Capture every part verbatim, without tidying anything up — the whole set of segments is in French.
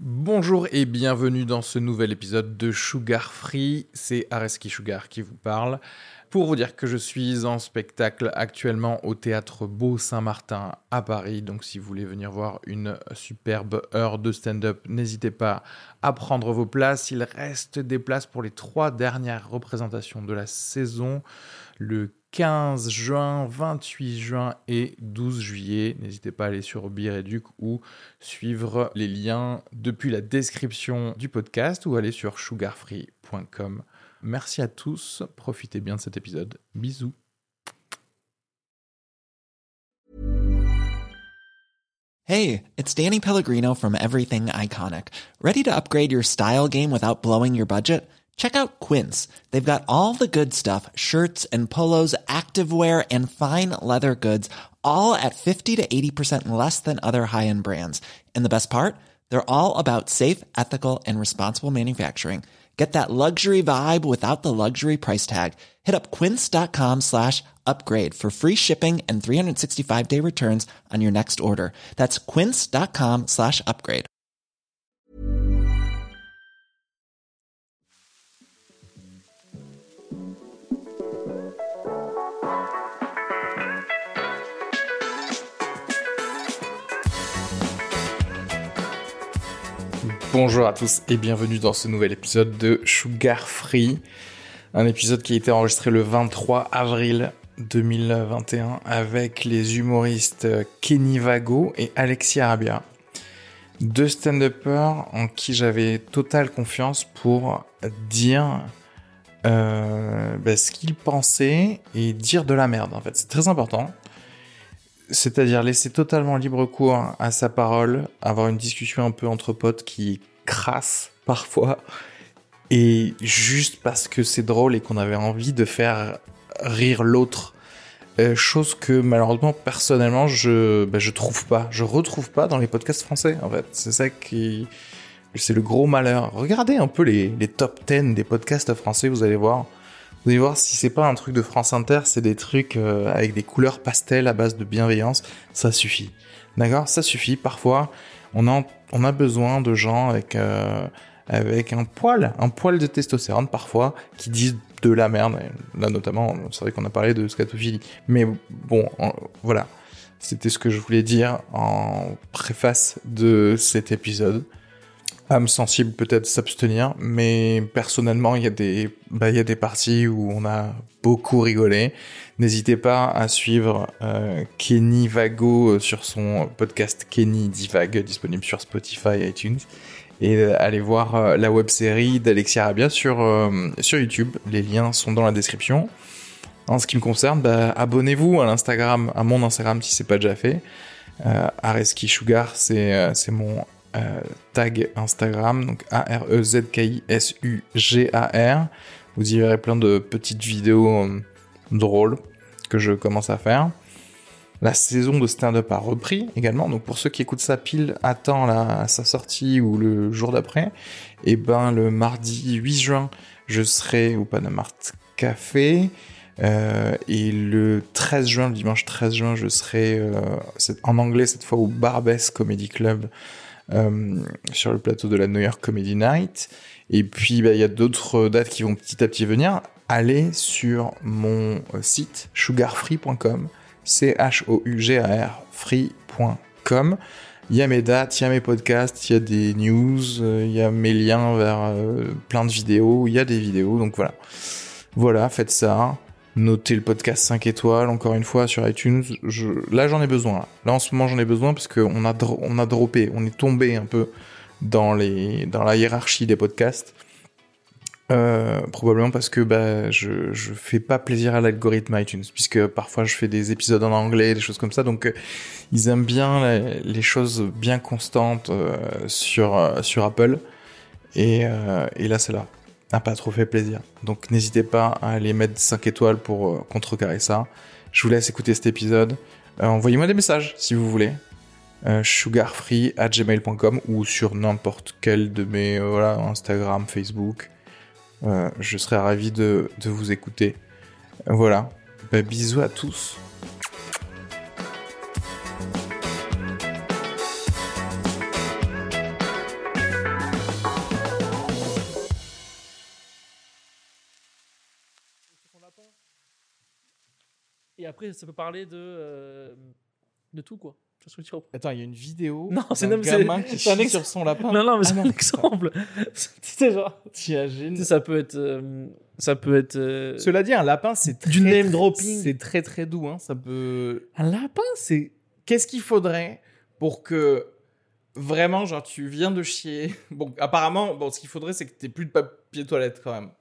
Bonjour et bienvenue dans ce nouvel épisode de Sugar Free, c'est Areski Sugar qui vous parle. Pour vous dire que je suis en spectacle actuellement au Théâtre Beau Saint-Martin à Paris, donc si vous voulez venir voir une superbe heure de stand-up, n'hésitez pas à prendre vos places. Il reste des places pour les trois dernières représentations de la saison, le quinze juin, vingt-huit juin et douze juillet. N'hésitez pas à aller sur Bireduc ou suivre les liens depuis la description du podcast ou aller sur sugar free point com. Merci à tous, profitez bien de cet épisode. Bisous. Hey, it's Danny Pellegrino from Everything Iconic. Ready to upgrade your style game without blowing your budget? Check out Quince. They've got all the good stuff, shirts and polos, activewear, and fine leather goods, all at fifty to eighty percent less than other high-end brands. And the best part? They're all about safe, ethical, and responsible manufacturing. Get that luxury vibe without the luxury price tag. Hit up quince.com slash upgrade for free shipping and three sixty-five day returns on your next order. That's quince.com slash upgrade. Bonjour à tous et bienvenue dans ce nouvel épisode de Sugar Free. Un épisode qui a été enregistré le vingt-trois avril deux mille vingt et un avec les humoristes Kenny Vago et Alexis Arabia. Deux stand-uppers en qui j'avais totale confiance pour dire euh, bah, ce qu'ils pensaient et dire de la merde. En fait, c'est très important. C'est-à-dire laisser totalement libre cours à sa parole, avoir une discussion un peu entre potes qui crasse parfois, et juste parce que c'est drôle et qu'on avait envie de faire rire l'autre. Euh, chose que malheureusement, personnellement, je bah, je trouve pas. Je retrouve pas dans les podcasts français, en fait. C'est ça qui... C'est le gros malheur. Regardez un peu les, les top dix des podcasts français, vous allez voir. Vous allez voir si c'est pas un truc de France Inter, c'est des trucs euh, avec des couleurs pastel à base de bienveillance, ça suffit. D'accord ? Ça suffit. Parfois, on a, on a besoin de gens avec, euh, avec un poil, un poil de testostérone parfois, qui disent de la merde. Et là, notamment, c'est vrai qu'on a parlé de scatophilie. Mais bon, en, voilà. C'était ce que je voulais dire en préface de cet épisode. Âme sensible, peut-être s'abstenir, mais personnellement, il y a des, bah, il y a des parties où on a beaucoup rigolé. N'hésitez pas à suivre euh, Kenny Vago sur son podcast Kenny Divague, disponible sur Spotify et iTunes, et euh, allez voir euh, la web-série d'Alexis Arabia sur euh, sur YouTube. Les liens sont dans la description. En ce qui me concerne, bah, abonnez-vous à l'Instagram, à mon Instagram si c'est pas déjà fait. Euh, Areski Sugar, c'est euh, c'est mon Euh, tag Instagram, donc A R E Z K I S U G A R. Vous y verrez plein de petites vidéos euh, drôles que je commence à faire. La saison de stand-up a repris également, donc pour ceux qui écoutent ça pile à temps là, à sa sortie ou le jour d'après, et ben le mardi huit juin, je serai au Panama Café. Euh, et le treize juin, le dimanche treize juin, je serai euh, en anglais cette fois au Barbès Comedy Club. Euh, sur le plateau de la New York Comedy Night. Et puis bah, y a d'autres dates qui vont petit à petit venir. Allez sur mon site sugar free point com, C H O U G A R free point com. Il y a mes dates, il y a mes podcasts, il y a des news, il euh, y a mes liens vers euh, plein de vidéos, il y a des vidéos, donc voilà. Voilà, faites ça. Notez le podcast cinq étoiles, encore une fois, sur iTunes. Je... Là, j'en ai besoin. Là. là, en ce moment, j'en ai besoin parce qu'on a, dro- on a droppé, on est tombé un peu dans, les... dans la hiérarchie des podcasts. Euh, probablement parce que bah, je... je fais pas plaisir à l'algorithme iTunes, puisque parfois, je fais des épisodes en anglais, des choses comme ça. Donc, euh, ils aiment bien la... les choses bien constantes euh, sur, euh, sur Apple. Et, euh... Et là, c'est là. N'a pas trop fait plaisir. Donc n'hésitez pas à aller mettre cinq étoiles pour euh, contrecarrer ça. Je vous laisse écouter cet épisode. Euh, envoyez-moi des messages si vous voulez. Euh, sugarfree arobase gmail point com ou sur n'importe quel de mes euh, voilà, Instagram, Facebook. Euh, je serai ravi de, de vous écouter. Euh, voilà. Bah, bisous à tous. et après ça peut parler de euh, de tout quoi. Tu vois ce que je veux dire ? Attends, il y a une vidéo Non, c'est d'un même- c'est- gamin qui c'est un chie ex- sur son lapin. Non non mais Ah c'est non, un exemple. Tu sais genre T'imagines. tu sais, ça peut être euh, ça peut être euh, Cela dit, un lapin, c'est très, Du name très- dropping. C'est très très doux. Hein. Ça peut. un lapin c'est Qu'est-ce qu'il faudrait pour que vraiment, genre, tu viens de chier. Bon, apparemment, bon, ce qu'il faudrait, c'est que t'aies plus de papier toilette quand même.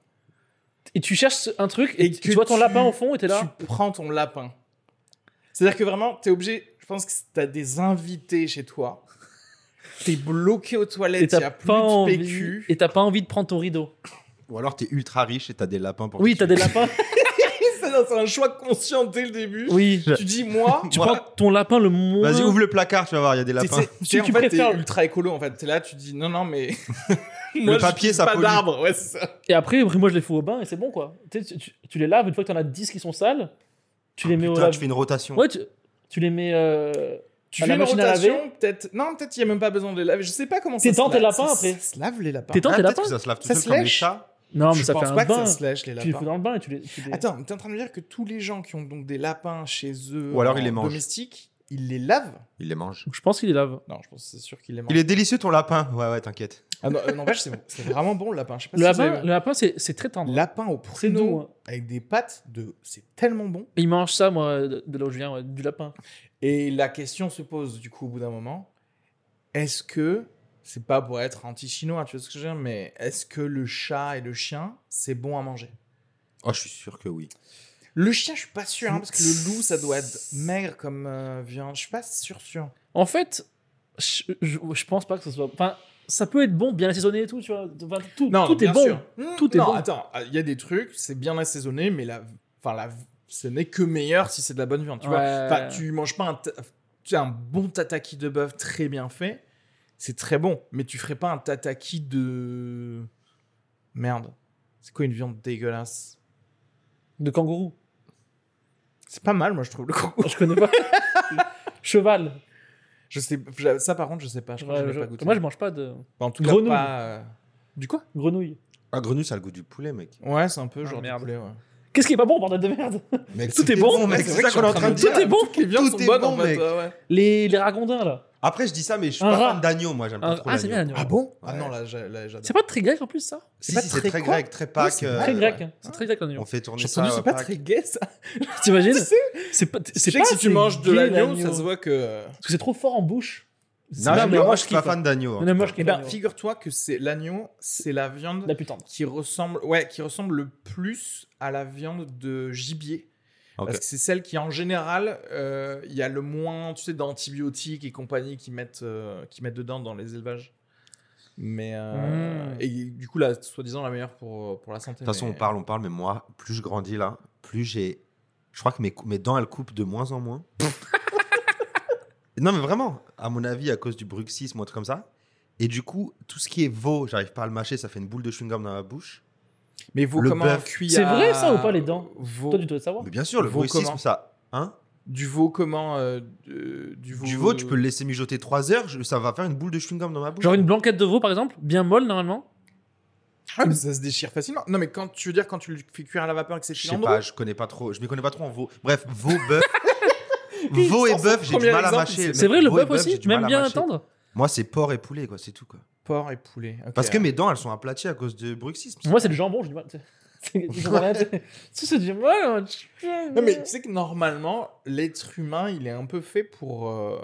et tu cherches un truc et, Et tu que vois ton tu- lapin au fond et t'es là. Tu prends ton lapin. C'est-à-dire que vraiment, t'es obligé. Je pense que t'as des invités chez toi. T'es bloqué aux Et toilettes, il t'as n'y a plus pas de envie P Q. et t'as pas envie de prendre ton rideau. Ou alors t'es ultra riche et t'as des lapins pour Oui, te t'as tuer. des lapins. C'est c'est un choix conscient dès le début. Oui. Tu dis, moi, Tu moi, prends ton lapin le moins. Vas-y, ouvre le placard, tu vas voir, il y a des t'es- lapins. t'es- Tu- t'es- en tu fait, t'es préfères- ultra écolo. En fait, t'es là, tu dis, non, non, mais. Le papier, j'utilise ça pas pollue. d'arbre. Ouais, c'est ça. Et après, après, moi je les fous au bain et c'est bon quoi. Tu, sais, tu, tu- tu les laves, une fois que t'en as dix qui sont sales, tu les mets au Putain, lave. tu fais une rotation. Ouais, tu, tu les mets. Euh... Tu À fais la une machine à laver. rotation, peut-être. Non, peut-être qu'il n'y a même pas besoin de les laver. Je sais pas comment ça se T'étends tes lave. lapins Ça- après. Ça se lave les lapins. T'étends Ah, tes peut-être lapins. que ça se lave tout Ça seul se comme les lèche. chats. Non, mais Je ça pense fait un pas que bain. ça se lèche les Tu les fous lapins. dans le bain et tu les. tu les- Attends, t'es en train de me dire que tous les gens qui ont donc des lapins chez eux Ou alors en ils les mangent. domestiques, ils les lavent? Il les mange. Je pense qu'il les lave. Non, je pense que c'est sûr qu'ils les mangent. Il est délicieux ton lapin. Ouais, ouais, t'inquiète. Ah non, euh, n'empêche, c'est c'est vraiment bon le lapin. Je sais pas Le si vous lapin, avez- le lapin c'est c'est très tendre. Lapin au C'est doux. pruneau Hein. avec des pâtes de. C'est tellement bon. Et ils mangent ça, moi, de de là où je viens, ouais, du lapin. Et la question se pose du coup au bout d'un moment est-ce que c'est pas pour être anti-chinois, tu vois ce que je veux dire, mais est-ce que le chat et le chien c'est bon à manger? Oh, je suis sûr que oui. Le chien, je suis pas sûr, hein, parce que le loup, ça doit être maigre comme euh, viande. Je suis pas sûr, sûr. En fait, je, je, je pense pas que ce soit. Enfin, ça peut être bon, bien assaisonné et tout, tu vois. Enfin, tout, Non, tout est bien bon. sûr. Mmh, Tout est non, bon. attends, il y a des trucs, c'est bien assaisonné, mais la, enfin, la, ce n'est que meilleur si c'est de la bonne viande. Tu vois, Ouais. enfin, tu manges pas un, ta- tu as un bon tataki de bœuf très bien fait, c'est très bon, mais tu ferais pas un tataki de merde. C'est quoi une viande dégueulasse? De kangourou. C'est pas mal, moi je trouve le kangourou. Je connais pas. Cheval. Je sais, ça par contre, je sais pas. Je crois Ouais, que je je- l'ai pas goûté. Moi, je mange pas de en tout Grenouille. cas, pas. euh, Du quoi? grenouille. Ah, grenouille, ça a le goût du poulet, mec. Ouais, c'est un peu Ah, genre du merde. poulet, ouais. Qu'est-ce qui est pas bon, bordel de merde? Mec, Tout est bon, mec. Ouais, C'est vrai ça que qu'on est en train de dire. Tout est bon. Toutes les viandes Tout sont est bonnes bon, en fait. mec. ouais, ouais. Les, les ragondins, là. Après, je dis ça, mais je suis Un pas rat. fan d'agneau, moi. J'aime pas Un- trop Ah, c'est bien l'agneau. l'agneau. Ah bon? Ah Ouais. non, là, j'a- là, j'adore. C'est pas très grec en plus, ça? Si, pas si, c'est très très quoi grec, très Pâques. c'est euh, Très Ouais, grec. ouais. hein. C'est très grec l'agneau. On fait tourner J'ai ça. entendu, à c'est pas Pâques. très gay ça. T'imagines? Tu sais, C'est pas. je C'est sais pas que si tu assez manges de gay, l'agneau, ça se voit que. Parce que c'est trop fort en bouche. C'est Non, pas- j'aime mais bien, moi, moi, je je suis pas kiffe. fan d'agneau. Non, moi, je Eh kiffe ben, l'agneau. figure-toi que c'est l'agneau, c'est la viande La plus tendre. qui ressemble, ouais, qui ressemble le plus à la viande de gibier. Ok. Parce que c'est celle qui, en général, euh, il y a le moins, tu sais, d'antibiotiques et compagnie qui mettent, euh, qui mettent dedans dans les élevages. Mais euh, Mm. et du coup, là, soi-disant la meilleure pour pour la santé. De toute façon, mais- on parle, on parle, mais moi, plus je grandis là, plus j'ai. Je crois que mes, cou- mes dents, elles coupent de moins en moins. Non, mais vraiment, à mon avis, à cause du bruxisme ou un truc comme ça. Et du coup, tout ce qui est veau, j'arrive pas à le mâcher, ça fait une boule de chewing-gum dans ma bouche. Mais vaut Le comment bœuf. cuit C'est à- vrai, ça, ou pas, les dents? veau... Toi, tu dois le savoir. Mais bien sûr, le Veau bruxisme, comment ça. Hein Du veau comment euh, de- Du veau, Du veau, tu peux le laisser mijoter trois heures, je- ça va faire une boule de chewing-gum dans ma bouche. Genre une blanquette de veau, par exemple, bien molle normalement. Ah, mais ça se déchire facilement. Non, mais quand tu veux dire quand tu le fais cuire à la vapeur avec ses Je sais filandres. pas, je connais pas trop, je m'y connais pas trop en veau. Bref, veau, bœuf. Veau et Sans son bœuf, j'ai du premier mal à exemple, mâcher. C'est vrai, le Veau et bœuf j'ai aussi, du mal même à bien mâcher. attendre. Moi, c'est porc et poulet, quoi, c'est tout, quoi. Porc et poulet. ok. Parce que mes dents, elles sont aplaties à cause de bruxisme. Moi, c'est le jambon, je dis mal. C'est je comprends rien, tu sais. Tu sais, du mal. Non, mais tu sais que normalement, l'être humain, il est un peu fait pour. euh,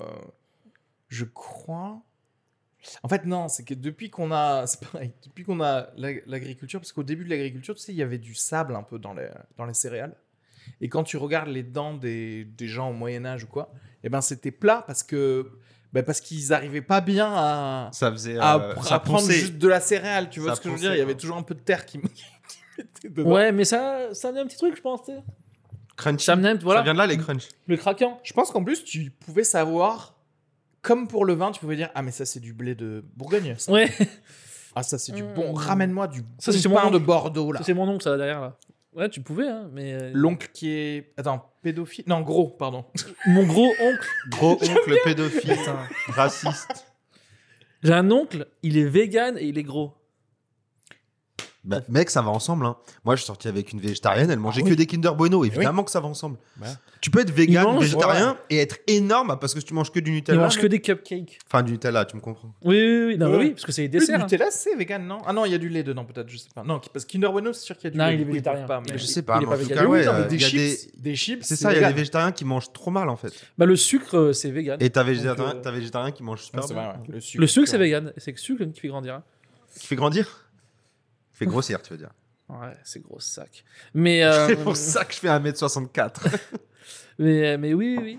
Je crois. En fait, non, c'est que depuis qu'on a. C'est pareil. Depuis qu'on a l'ag- l'agriculture, parce qu'au début de l'agriculture, tu sais, il y avait du sable un peu dans les, dans les céréales. Et quand tu regardes les dents des, des gens au Moyen-Âge ou quoi, eh ben c'était plat parce que. Ben parce qu'ils arrivaient pas bien à. Ça faisait. à, euh, pr- ça à prendre ponçait. juste de la céréale, tu vois Ça ce que je veux ponçait, dire? Il y avait quoi. toujours un peu de terre qui, m- qui mettait dedans. Ouais, mais ça, ça amenait un petit truc, je pense, tu sais. Crunchy. Ça amenait, voilà. Ça vient de là, les crunchs. Le craquant. Je pense qu'en plus, tu pouvais savoir, comme pour le vin, tu pouvais dire: ah, mais ça, c'est du blé de Bourgogne. Ça. Ouais. Ah, ça, c'est du Mmh. bon. Ramène-moi du Ça, bon c'est mon pain oncle. de Bordeaux, là. Ça, c'est mon oncle, ça, derrière, là. Ouais, tu pouvais, hein, mais. euh, L'oncle qui est. Attends, pédophile. Non, gros, pardon. Mon gros oncle. Gros oncle pédophile, Putain. raciste. J'ai un oncle, il est vegan et il est gros. Bah, mec, ça va ensemble. Hein. Moi, je suis sorti avec une végétarienne, elle mangeait Ah, que oui. des Kinder Bueno. Évidemment oui. que ça va ensemble. Ouais. Tu peux être vegan, mange, végétarien et être énorme parce que tu manges que du Il Nutella. mange que des cupcakes. Enfin, du Nutella, tu me comprends. Oui, oui, oui. Non, mais Ouais. oui, parce que c'est des Le desserts. hein. Nutella, c'est vegan, non? Ah non, il y a du lait dedans, peut-être, je sais pas. Non, parce que Kinder Bueno, c'est sûr qu'il y a du Non, lait. il est du coup, ils peuvent végétarien. Pas, mais... Il Je est- sais il pas, est mais pas en tout vegan. cas, Oui, oui, ouais, non, mais euh, des il y a chips, des- des chips. C'est ça, il y a des vegan. végétariens qui mangent trop mal en fait. Bah, le sucre, euh, c'est vegan. Et t'as végétarien, euh, t'as végétarien qui mange super Ah, c'est bien. vrai, ouais. Le sucre, Le sucre, c'est ouais. vegan. C'est le sucre qui fait grandir. hein. Qui fait grandir Qui fait grossir, tu veux dire. Ouais, c'est gros sac. Mais, euh, C'est pour ça que je fais un mètre soixante-quatre. mais, mais oui, oui, oui.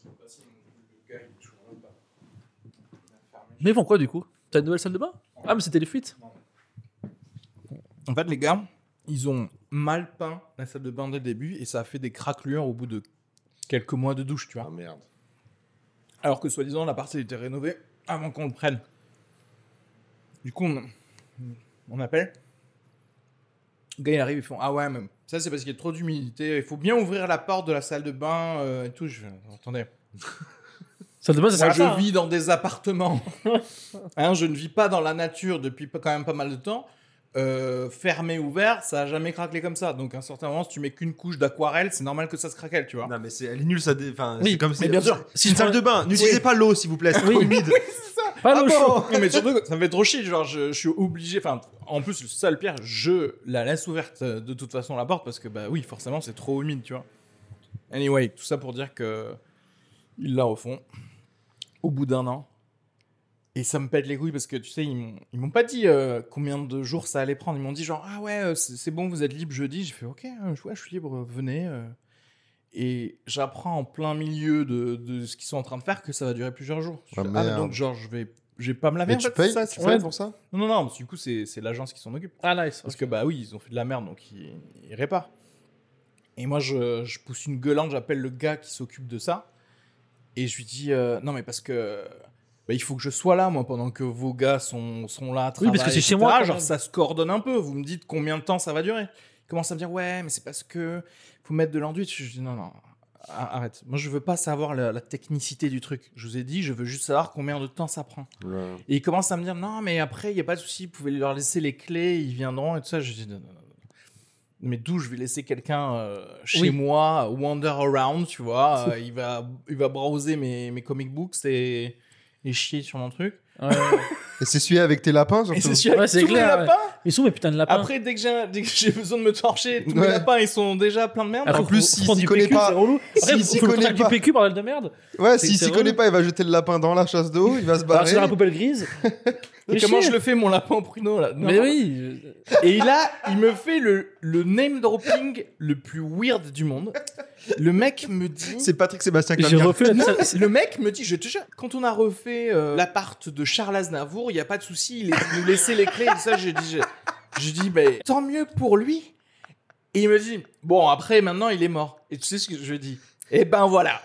Mais ils font quoi du coup? T'as une nouvelle salle de bain? Ah, mais c'était les fuites. En fait, les gars, ils ont mal peint la salle de bain dès le début et ça a fait des craquelures au bout de quelques mois de douche, tu vois. Ah merde. Alors que soi-disant, la partie était rénovée avant qu'on le prenne. Du coup, on, on appelle. Le gars, il arrive, ils font ah ouais, mais ça c'est parce qu'il y a trop d'humidité. Il faut bien ouvrir la porte de la salle de bain euh, et tout. Je fais, attendez. Salle de bain, ça sert Moi, à je ça. hein. vis dans des appartements. Hein, je ne vis pas dans la nature depuis pas- quand même pas mal de temps. Euh, fermé, ouvert, ça a jamais craquelé comme ça. Donc à un certain moment, si tu mets qu'une couche d'aquarelle, c'est normal que ça se craquelle, tu vois. Non mais c'est, elle est nulle ça. dé- Enfin, Oui, c'est comme mais bien sûr. C'est une salle de bain. N'utilisez Oui. pas l'eau s'il vous plaît. C'est Oui. trop humide. Pas Ah l'eau bon chaude. Non, mais surtout, ça me fait trop chier. Genre, je, je suis obligé. Enfin, en plus, le seul pire, je la laisse ouverte euh, de toute façon la porte parce que bah oui, forcément, c'est trop humide, tu vois. Anyway, tout ça pour dire que ils la refont au bout d'un an. Et ça me pète les couilles parce que tu sais, ils m'ont, ils m'ont pas dit euh, combien de jours ça allait prendre. Ils m'ont dit genre ah ouais, euh, c'est, c'est bon, vous êtes libre jeudi. J'ai fait ok, euh, ouais, je suis libre, euh, venez. euh. Et j'apprends en plein milieu de, de ce qu'ils sont en train de faire que ça va durer plusieurs jours. Je Ah, fais, ah, mais merde. donc genre je vais, je vais pas me laver. Mais en tu fait, payes, c'est ça, tu c'est- payes ouais. pour ça Non non non, parce que du coup c'est, c'est l'agence qui s'en occupe. Ah, nice. Parce que bah oui, ils ont fait de la merde donc ils, ils réparent. Et moi je, je pousse une gueulante, j'appelle le gars qui s'occupe de ça et je lui dis euh, non mais parce que bah, il faut que je sois là moi pendant que vos gars sont, sont là à Oui, travailler. parce que c'est chez et cetera. moi, quand Genre même. ça se coordonne un peu. Vous me dites combien de temps ça va durer. Il commence à me dire ouais mais c'est parce que faut mettre de l'enduit. Je dis non non arrête. Moi je veux pas savoir la, la technicité du truc. Je vous ai dit je veux juste savoir combien de temps ça prend. Et il commence à me dire non mais après il y a pas de souci, vous pouvez leur laisser les clés, ils viendront et tout ça. Je dis non, non, non. Mais d'où je vais laisser quelqu'un euh, chez Oui. moi wander around, tu vois, euh, il va il va browser mes, mes comic books et, et chier sur mon truc. Ouais, ouais. Et c'est celui avec tes lapins surtout. Et c'est celui avec Ouais, c'est tous clair, les ouais. lapins. Ils sont mes putains de lapins. Après dès que j'ai dès que j'ai besoin de me torcher, tous Ouais. les lapins ils sont déjà plein de merde. Après, en plus, faut- s'il faut prendre s'y du connaît P Q, pas- c'est relou. Après, s'il faut- s'y faut le connaît contact pas- du P Q, bordel de merde. Ouais, C'est- s'il c'est s'y relou. connaît pas, il va jeter le lapin dans la chasse d'eau, il va se Alors, barrer. c'est dans la poubelle grise. Et Mais comment chier. je le fais mon lapin au pruneau là Non. Mais oui. Et là, il me fait le, le name dropping le plus weird du monde. Le mec me dit. C'est Patrick Sébastien J'ai Clamien. refait la Non, salle- le mec me dit, je te jure, quand on a refait euh, l'appart de Charles Aznavour, il n'y a pas de souci, il est- nous laissait les clés et ça, j'ai dit, j'ai j'ai dit, bah, tant mieux pour lui. Et il me dit, bon, après, maintenant, il est mort. Et tu sais ce que je lui dis Eh ben voilà.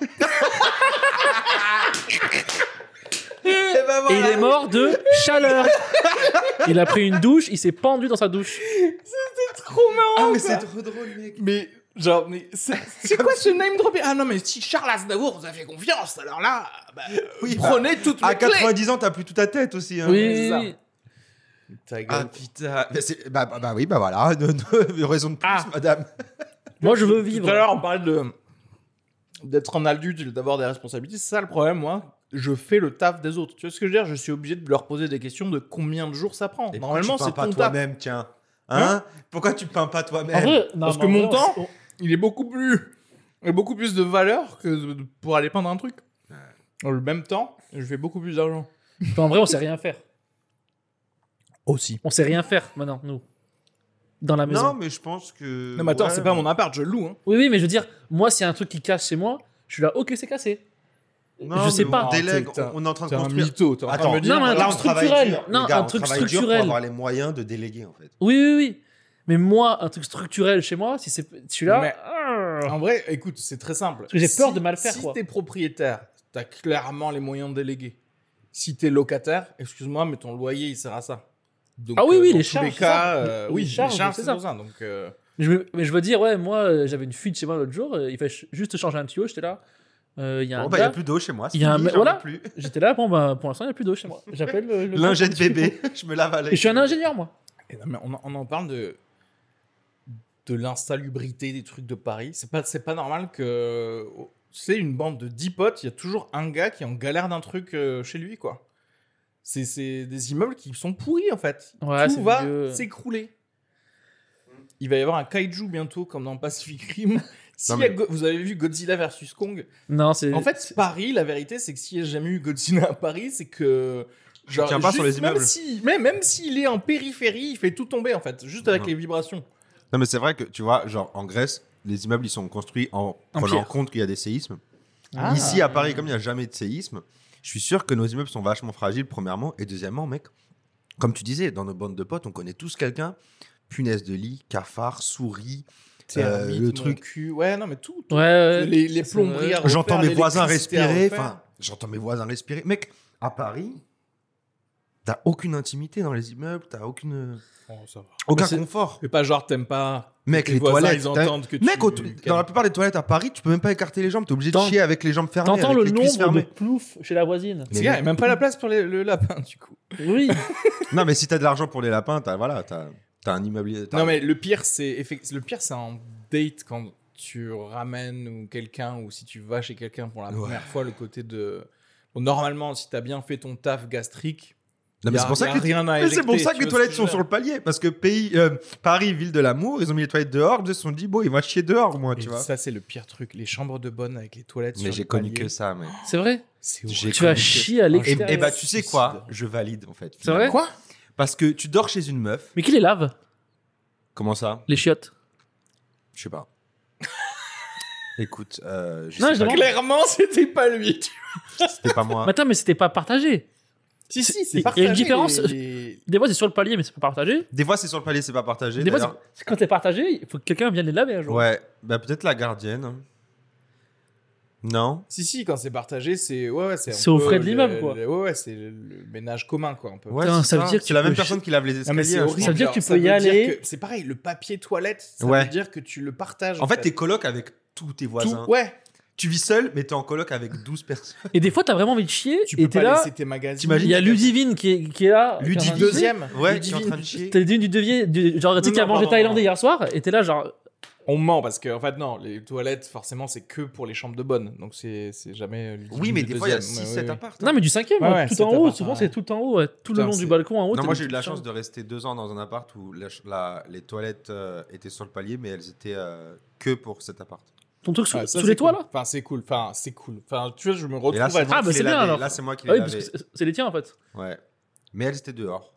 Et ben Et il voilà. est mort de chaleur. Il a pris une douche, il s'est pendu dans sa douche. Trop marrant. Ah, mais quoi. c'est trop drôle, mec. Mais genre, mais c'est c'est quoi ce name dropping Ah non, mais si Charles Aznavour vous a fait confiance, alors là, bah, Oui, prenez toutes mes À clés. quatre-vingt-dix ans, t'as plus toute ta tête aussi. Hein. Oui, c'est oui, ça. oui. Ta gueule. Ah putain. Mais c'est- bah, bah, bah oui, bah voilà. Une raison de plus, Ah. madame. Moi, je veux Tout vivre. à l'heure, on parlait de d'être un adulte et d'avoir des responsabilités. C'est ça le problème, moi. Je fais le taf des autres. Tu vois ce que je veux dire Je suis obligé de leur poser des questions de combien de jours ça prend. Et Normalement, pourquoi tu c'est peins pas ton taf. toi-même, tiens. Hein, Pourquoi tu peins pas En toi-même vrai, non, Parce mais que en mon vrai, temps- on- Il est beaucoup plus, il a beaucoup plus de valeur que de- pour aller peindre un truc. En le même temps, je fais beaucoup plus d'argent. on- en vrai, on sait rien faire. Aussi. On sait rien faire maintenant, nous. Dans la maison. Non, mais je pense que. Non, mais attends, ouais, c'est pas mon appart, je le loue. Hein. Oui, oui, mais je veux dire, moi, s'il y a un truc qui casse chez moi, je suis là, ok, c'est cassé. Non, je mais sais pas. On délègue, T'es un- on est en train de T'es un construire. mytho. T'es en train de Attends, me dire, non, mais un voilà, truc on travaille structurel. dur, Non, les gars, un on truc travaille dur structurel. pour avoir les moyens de déléguer, en fait. Oui, oui, oui. Mais moi, un truc structurel chez moi, si c'est celui-là. Mais- ah. En vrai, écoute, c'est très simple. Parce que j'ai peur Si- de mal faire, Si quoi. t'es propriétaire, t'as clairement les moyens de déléguer. Si t'es locataire, excuse-moi, mais ton loyer, il sert à ça. Donc, Ah oui, oui, dans les tous charges, les c'est cas, ça. euh, Les oui, charges, les charges, c'est c'est ça. pour ça. Donc, euh, Mais je, veux, mais je veux dire, ouais, moi, euh, j'avais une fuite chez moi l'autre jour, euh, il fallait ch- juste changer un tuyau, j'étais là. euh, Il y a un Bon, bah, il n'y gars, a plus d'eau chez moi. c'est il y a un fini, mec- j'en voilà. veux plus. j'étais là, bon, bah, pour l'instant, il n'y a plus d'eau chez moi. J'appelle le. le- Lingette bébé, je me lave à Et je suis un ingénieur, moi. Et non, mais on, en- on en parle de, de l'insalubrité des trucs de Paris. C'est pas, c'est pas normal que. C'est une bande de dix potes, il y a toujours un gars qui est en galère d'un truc euh, chez lui, quoi. C'est, c'est des immeubles qui sont pourris, en fait. Ouais, Tout c'est va vieux. s'écrouler. Il va y avoir un kaiju bientôt, comme dans Pacific Rim. Si Non, y a mais- Go- vous avez vu Godzilla versus Kong? Non, c'est. En fait, Paris, la vérité, c'est que s'il n'y a jamais eu Godzilla à Paris, c'est que. Genre, tient pas sur juste- les même immeubles. si, même, même s'il est en périphérie, il fait tout tomber, en fait, juste avec Non. les vibrations. Non, mais c'est vrai que, tu vois, genre, en Grèce, les immeubles, ils sont construits en En prenant pierre. compte qu'il y a des séismes. Ah. Ici, à Paris, comme il n'y a jamais de séisme, je suis sûr que nos immeubles sont vachement fragiles, premièrement. Et deuxièmement, mec, comme tu disais, dans nos bandes de potes, on connaît tous quelqu'un, punaise de lit, cafard, souris, Termite, le mon truc. cul. Ouais, non, mais tout. tout. Ouais, ouais. Les, les C'est plomberies vrai. à refaire, J'entends mes voisins l'électricité à respirer. refaire. Enfin, j'entends mes voisins respirer. Mec, à Paris, t'as aucune intimité dans les immeubles, t'as aucune, Oh, ça va. aucun Mais c'est- confort. Mais pas genre, t'aimes pas. Mec, que les tes voisins, toilettes. Ils t'as- entendent que Mec, tu. au- dans la plupart des toilettes à Paris, tu peux même pas écarter les jambes. T'es obligé de T'en- chier avec les jambes fermées. T'entends avec le les cuisses nombre de fermées. ploufs chez la voisine. Il n'y a même pas la place pour les- le lapin, du coup. Oui. Non, mais si t'as de l'argent pour les lapins, t'as voilà, t'as t'as un immobilier. t'as- Non, mais le pire, c'est effect- le pire, c'est en date quand tu ramènes ou quelqu'un ou si tu vas chez quelqu'un pour la Ouais. première fois, le côté de. Bon, normalement, si t'as bien fait ton taf gastrique, Non, mais y a- c'est pour ça y a que les- rien à mais c'est pour éjecter, ça tu que les vois toilettes ce que sont je veux sur le palier. Parce que pays, euh, Paris, ville de l'amour, ils ont mis les toilettes dehors. Ils se sont dit, bon, il va chier dehors, moi, Et tu vois. ça, c'est le pire truc. Les chambres de bonne avec les toilettes. Mais sur j'ai le connu palier. que ça, mec. C'est vrai. C'est J'ai horrible. Tu vas connu que- chier à Et, l'extérieur. et bah, tu sais quoi Suicide. Je valide, en fait. C'est vrai finalement. Quoi? Parce que tu dors chez une meuf. Mais qui les lave? Comment ça Les chiottes. Je sais pas. Écoute, euh, je Non, sais je pas. demande- Clairement, c'était pas lui. tu- C'était pas moi. Mais attends, mais c'était pas partagé. Si, si, Il y a c'est une partagé. différence. les- les- Des fois, c'est sur le palier, mais c'est pas partagé. Des fois, c'est sur le palier, c'est pas partagé. Des fois, d'ailleurs. c'est- quand c'est partagé, il faut que quelqu'un vienne les laver un jour. Ouais, bah peut-être la gardienne. Non. Si, si, quand c'est partagé, c'est. Ouais, ouais, c'est. un C'est aux peu frais de le- l'immeuble, quoi. le- Ouais, ouais, c'est le, le ménage commun, quoi, un peu. Ouais, Putain, c'est ça veut dire que c'est tu la même peux personne qui lave les Non, escaliers. mais c'est hein, je horrible. Ça veut dire que tu genre, peux y veut dire aller. que- C'est pareil, le papier toilette, ça Ouais. veut dire que tu le partages. En fait, t'es coloc avec tous tes tout. voisins. Ouais. Tu vis seul, mais t'es en coloc avec douze personnes. Et des fois, t'as vraiment envie de chier. Tu et peux t'es pas là. laisser tes magazines. T'imagines Il y a Ludivine qui est, qui est là. Ludivine. qui est en train de chier. Deuxième. Ouais, qui est en Ludivine. train de chier. T'as Ludivine du devier, du- genre, tu sais, Non, qui a non, mangé pardon, thaïlandais non. hier soir. Et t'es là, genre. On ment parce que, en fait, non, les toilettes, forcément, c'est que pour les chambres de bonne. Donc, c'est c'est jamais. Ludivine Oui, mais du des fois, il y a deuxième. six Ouais, sept ouais. apparts. Non, mais du cinquième, Ouais, hein, ouais, tout c'est en haut. appart, Souvent, ouais. c'est tout en haut. ouais, Tout le Putain, long c'est- du balcon en haut. Non, t'as moi des j'ai eu de la petites chance chambres. de rester deux ans dans un appart où la- la- les toilettes euh, étaient sur le palier, mais elles étaient euh, que pour cet appart. Ton truc sous, Ouais, ça, sous c'est les toits, cool. là. Enfin, c'est cool. Enfin, c'est cool. Enfin, tu vois, je me retrouve Et là, c'est à moi Ah, qui bah, les c'est bien, lavais. alors. Là, c'est moi qui Ah les oui, parce lavais. que c'est- c'est les tiens, en fait. Ouais. Mais elles étaient dehors.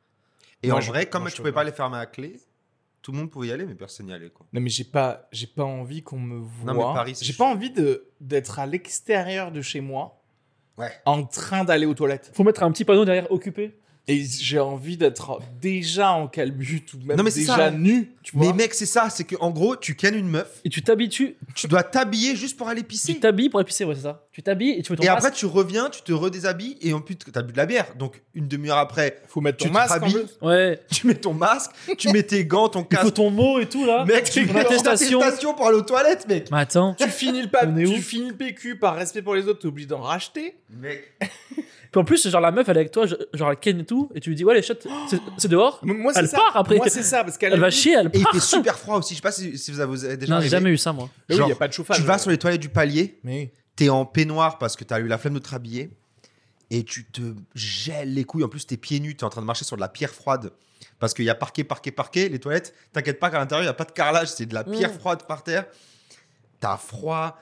Et Moi, en je- vrai, comme moi, tu je pouvais peux pas pas. les fermer à clé, tout le monde pouvait y aller, mais personne n'y allait. Quoi. Non, mais j'ai pas, j'ai pas envie qu'on me voit. Non, mais Paris, c'est j'ai chiant. pas envie de d'être à l'extérieur de chez moi, Ouais. en train d'aller aux toilettes. Faut mettre un petit panneau derrière occupé. Et j'ai envie d'être déjà en calbut ou même Non, mais c'est déjà ça. nu. Tu vois. Mais mec, c'est ça, c'est qu'en gros, tu kennes une meuf, Et tu t'habitues. tu dois t'habiller juste pour aller Tu pisser. t'habilles pour épicer, ouais, c'est ça. Tu t'habilles et tu mets ton Et masque. après, tu reviens, tu te redéshabilles, et en plus, t'as bu de la bière. Donc, une demi-heure après, faut mettre ton tu te masque. en rhabilles. plus. Ouais. tu mets ton masque, tu mets tes gants, ton Il faut casque. ton mot et tout, là. Mec, tu Ton mets ton attestation. attestation pour aller aux toilettes, mec. Mais attends. Tu finis le pa- On est où tu finis le P Q par respect pour les autres, t'es obligé d'en racheter. Mec. Puis en plus, genre, la meuf, elle est avec toi, je- genre, elle ken et tout. Et tu lui dis, ouais, les shots, c'est- c'est dehors. M- Moi, c'est Elle ça. part après. Moi, c'est ça parce qu'elle Elle va chier, elle Et il part. fait super froid aussi. Je sais pas si, si vous avez vous avez déjà Non, j'ai arrivé. jamais eu ça, moi. Mais oui, Genre, il y a pas de chauffage. Tu vas sur les toilettes du palier, Mais t'es en peignoir parce que t'as eu la flemme de te rhabiller et tu te gèles les couilles. En plus, t'es pieds nus, t'es en train de marcher sur de la pierre froide parce qu'il y a parquet, parquet, parquet. Les toilettes, t'inquiète pas qu'à l'intérieur, il n'y a pas de carrelage, c'est de la pierre Mm. froide par terre. T'as froid,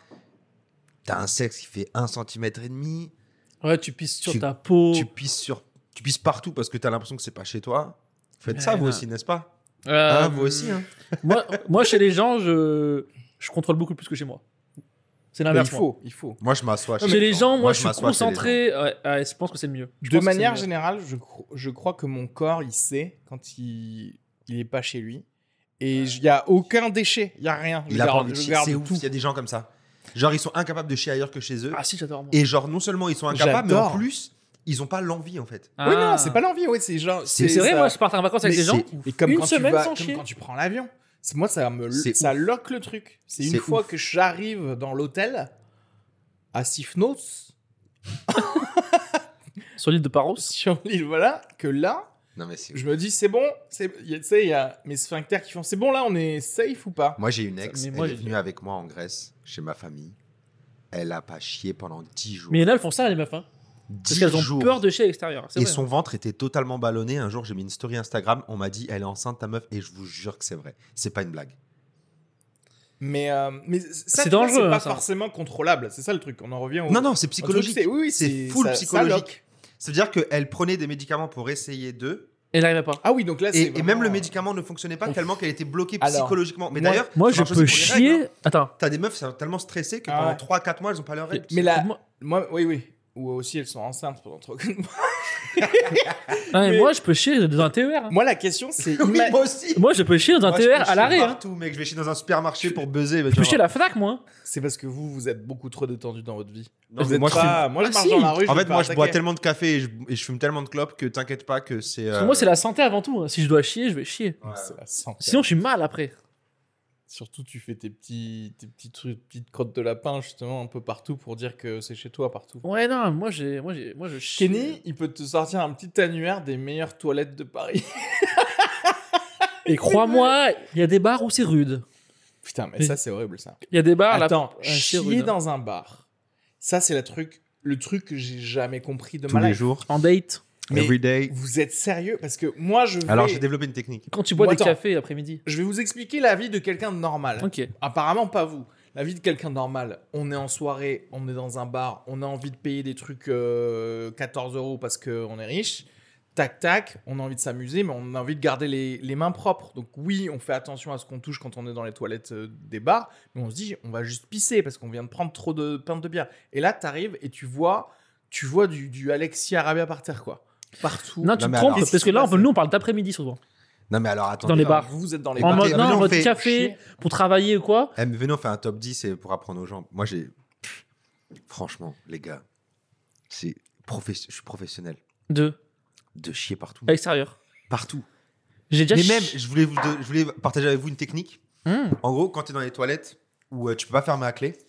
t'as un sexe qui fait un centimètre et demi. Ouais, tu pisses sur Tu- ta peau. Tu pisses sur, tu pisses partout parce que t'as l'impression que c'est pas chez toi. Faites ça Ouais, vous non. aussi, n'est-ce pas Euh, Hein, vous aussi, hein. moi, moi, chez les gens, je, je contrôle beaucoup plus que chez moi. C'est Mais l'inverse. il moi. faut, il faut. Moi, je m'assois. Chez les gens, moi, je je suis m'assois chez les concentré. Ouais, ouais, je pense que c'est le mieux. Je De pense que c'est manière le mieux. générale, je, cro- je crois que mon corps, il sait quand il, il est pas chez lui. Et il y a aucun déchet, il y a rien. Je Il a pas garde- envie de je chier. garde C'est ouf, tout. il y a des gens comme ça. Genre, ils sont incapables de chier ailleurs que chez eux. Ah si, j'adore moi. Et genre, non seulement ils sont incapables, mais en J'adore. plus, ils ont pas l'envie en fait. Ah. Oui, non, c'est pas l'envie, ouais, c'est genre. C'est c'est vrai, ça- moi, je pars en vacances avec Mais des gens. c'est- Et comme Une quand tu semaine vas, sans comme chier. quand tu prends l'avion. C'est moi, ça me, C'est ça lock le truc. C'est une C'est fois ouf. que j'arrive dans l'hôtel à Sifnos Sur l'île de Paros. sur l'île, voilà, que là, Non, mais c'est... Je me dis, c'est bon, c'est... il y a- tu sais, il y a mes sphincters qui font, c'est bon là, on est safe ou pas? Moi, j'ai une ex, Mais elle moi, est j'ai- venue avec moi en Grèce, chez ma famille. Elle a pas chié pendant dix jours. Mais il y en a, elles font ça, les meufs. Hein. Parce dix qu'elles ont jours. peur de chier à l'extérieur. C'est Et vrai, son hein. ventre était totalement ballonné. Un jour, j'ai mis une story Instagram. On m'a dit, elle est enceinte, ta meuf. Et je vous jure que c'est vrai. C'est pas une blague. Mais, euh, mais ça, C'est tu vois, dangereux, c'est pas hein, ça. forcément contrôlable. C'est ça le truc. On en revient au. Non, non, c'est au truc, psychologique. c'est- Oui, oui, C'est c'est full ça- ça psychologique. lock. C'est-à-dire qu'elle prenait des médicaments pour essayer d'eux. Elle n'arrivait pas. Ah oui, donc là, c'est. Et, et vraiment- même le médicament ne fonctionnait pas tellement qu'elle était bloquée Alors, psychologiquement. Mais moi- d'ailleurs, Moi, ça je marche peux aussi pour les règles, chier. hein. Attends. T'as des meufs, c'est tellement stressées que Ah pendant ouais. trois quatre mois, elles ont pas leurs règles. Mais là, Moi- moi, oui, oui. Ou aussi, elles sont enceintes pendant trop. Non, mais Mais- moi, je peux chier dans un T E R. hein. Moi, la question, c'est. Oui, ima- moi aussi. Moi, je peux chier dans un Moi, T je E peux R à chier l'arrêt. hein. partout, mec. Je vais chier dans un supermarché pour buzzer. bah, Je tu peux vas chier à voir. la Fnac, moi. C'est parce que vous, vous êtes beaucoup trop détendu dans votre vie. Non, Vous mais êtes moi, je pas- moi, je Ah, marche si. dans la rue. En vais fait, me moi, faire je bois attaquer. tellement de café et je, et je fume tellement de clopes que t'inquiète pas que c'est. Parce euh, que moi, c'est la santé avant tout. hein. Si je dois chier, je vais chier. Ouais. C'est la santé. Sinon, je suis mal après. Surtout, tu fais tes petits, tes petits trucs, petites crottes de lapin justement un peu partout pour dire que c'est chez toi partout. Ouais, non, moi, j'ai, moi, j'ai, moi, je chie. Kenny, il peut te sortir un petit annuaire des meilleures toilettes de Paris. Et crois-moi, il y a des bars où c'est rude. Putain, mais Mais- ça c'est horrible ça. Il y a des bars là. Attends, Ouais, c'est chier rude, hein. dans un bar. Ça c'est le truc, le truc que j'ai jamais compris de tous ma les life. jours, En date. Mais every day. vous êtes sérieux? Parce que moi je vais, Alors, j'ai développé une technique. Quand tu bois Bon, des attends. cafés l'après-midi. je vais vous expliquer la vie de quelqu'un de normal. Ok. Apparemment pas vous. La vie de quelqu'un de normal. On est en soirée, on est dans un bar, on a envie de payer des trucs euh, quatorze euros parce qu'on est riche. Tac, tac, on a envie de s'amuser, mais on a envie de garder les, les mains propres. Donc oui, on fait attention à ce qu'on touche quand on est dans les toilettes euh, des bars, mais on se dit, on va juste pisser parce qu'on vient de prendre trop de pintes de bière. Et là, t'arrives et tu vois, tu vois du, du Alexis Arabia par terre, quoi. Partout. Non, tu te mais trompes alors- parce que là, on peut- nous, on parle d'après-midi souvent. Non, mais alors, attends. Dans les Là, bars. Vous, vous êtes dans les En bars. mode, Venez, non, en on mode fait café chier. pour travailler ou quoi. Eh, mais venez, on fait un top dix et pour apprendre aux gens. Moi, j'ai. Franchement, les gars, c'est professe- je suis professionnel De de chier partout. à l'extérieur. Partout. J'ai déjà. Mais chi- même, je voulais, vous de- je voulais partager avec vous une technique. Mmh. En gros, quand tu es dans les toilettes où euh, tu peux pas fermer la clé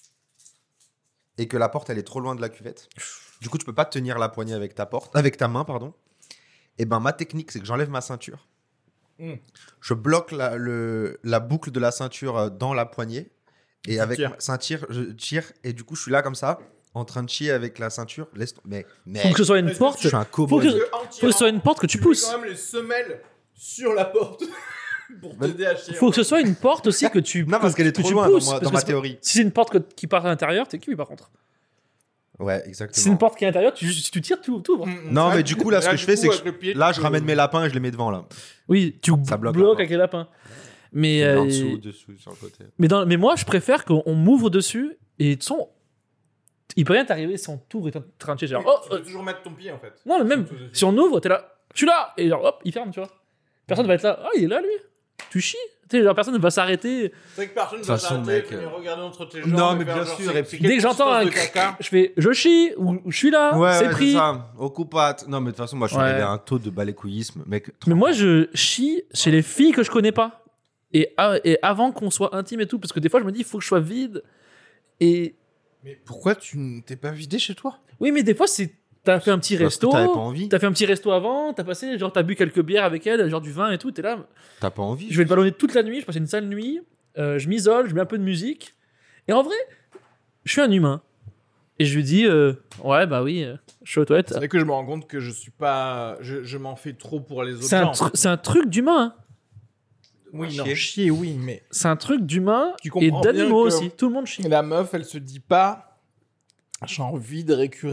et que la porte elle est trop loin de la cuvette, du coup tu peux pas tenir la poignée avec ta porte, avec ta main pardon. Et ben ma technique c'est que j'enlève ma ceinture, Mm. je bloque la, le, la boucle de la ceinture euh, dans la poignée et Tu avec tires. ma ceinture je tire et du coup je suis là comme ça en train de chier avec la ceinture. Laisse mais mais Faut que ce soit une Est-ce que porte. je suis un Faut cowboy. que, faut que ce soit une porte que tu mets pousses. quand même les semelles sur la porte pour Mais- t'aider à chier. Faut que ce soit une porte aussi que tu. Non parce que- qu'elle est que trop tu loin dans, pousses, moi- parce dans que ma c'est pas- théorie. Si c'est une porte que- qui part à l'intérieur, t'es cuit par contre. Ouais Si exactement. c'est une porte qui est à l'intérieur, tu, si tu tires, tu ouvres. Mm, Non mm. mais du coup là ce que je fais c'est que là je ramène mes lapins. lapins et je les mets devant là. Oui, tu Ça bloque bloques la avec les lapins. Mais, En euh, dessous, dessous, sur le côté. mais, dans, mais moi, je préfère qu'on on m'ouvre dessus et de son. Il peut rien t'arriver sans tout et t'es en train de chier. Genre, oh, tu peux euh, toujours mettre ton pied en fait. non, mais même Tout dessus. si on ouvre, t'es là, je suis là, et genre, hop, il ferme, tu vois. Personne va être là, ah, il est là, lui. Tu chies. Tu sais, genre, personne ne va s'arrêter. C'est vrai que personne ne De va toute façon, s'arrêter, mec, venir euh, regarder entre tes jambes. Non, et mais faire bien genre, sûr, c'est- et c'est puis- Dès que j'entends un. consistance de caca. Je fais, je chie, ou ou je suis là, Ouais, c'est ouais, pris. ça. Au coupate. Non, mais de toute façon, moi, je suis Ouais. arrivé à un taux de balécouillisme, mec. Mais moi, je chie chez les filles que je connais pas. Et, a- et avant qu'on soit intime et tout, parce que des fois, je me dis, il faut que je sois vide. Et Mais pourquoi tu n- t'es pas vidé chez toi? oui, mais des fois, c'est. T'as fait un petit Parce que resto. t'avais pas envie. T'as fait un petit resto avant, t'as passé, genre, t'as bu quelques bières avec elle, genre du vin et tout, t'es là. T'as pas envie. Je vais te ballonner toute la nuit, je passe une sale nuit, euh, je m'isole, je mets un peu de musique. Et en vrai, je suis un humain. Et je lui dis, euh, ouais, bah oui, euh, je suis aux toilettes. C'est vrai que je me rends compte que je suis pas. Je, je m'en fais trop pour les autres C'est un, gens. tru- c'est un truc d'humain. hein. Oui, non, Chier. chier, oui, mais. C'est un truc d'humain Tu et comprends bien d'animaux que- aussi. Tout le monde chie. La meuf, elle se dit pas. J'ai envie de récurer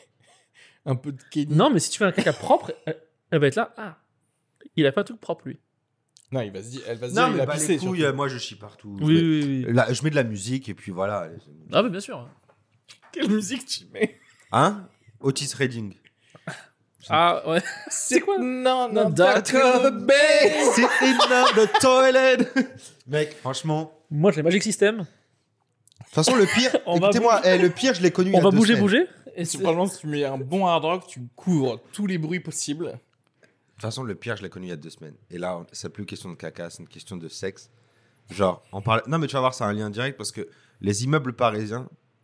un peu de Kenny. Non, mais si tu fais un caca propre, elle, elle va être là. Ah, il a fait un truc propre, lui. Non, il va se dire, elle va se Non, dire, il mais a bah, pissé. les couilles, surtout. euh, moi, je chie partout. Je Oui, mets- oui, oui. Là, je mets de la musique et puis voilà. allez, c'est bon. Ah, mais bien sûr. Quelle musique tu mets? Hein Otis Redding. Ah, ouais. C'est quoi Non, non, non, Dark of the Bay. Sitting on the toilet. Mec, franchement. Moi, j'ai Magic System. De toute façon, le pire, On va écoutez-moi, eh, le pire, je l'ai connu il y On a va deux bouger, semaines. bouger. Et Si c'est- probablement si tu mets un bon hard rock, tu couvres tous les bruits possibles. De toute façon, le pire, je l'ai connu il y a deux semaines. Et là, on- c'est plus une question de caca, c'est une question de sexe. Genre, on parle. Non, mais tu vas voir, c'est un lien direct parce que les immeubles parisiens,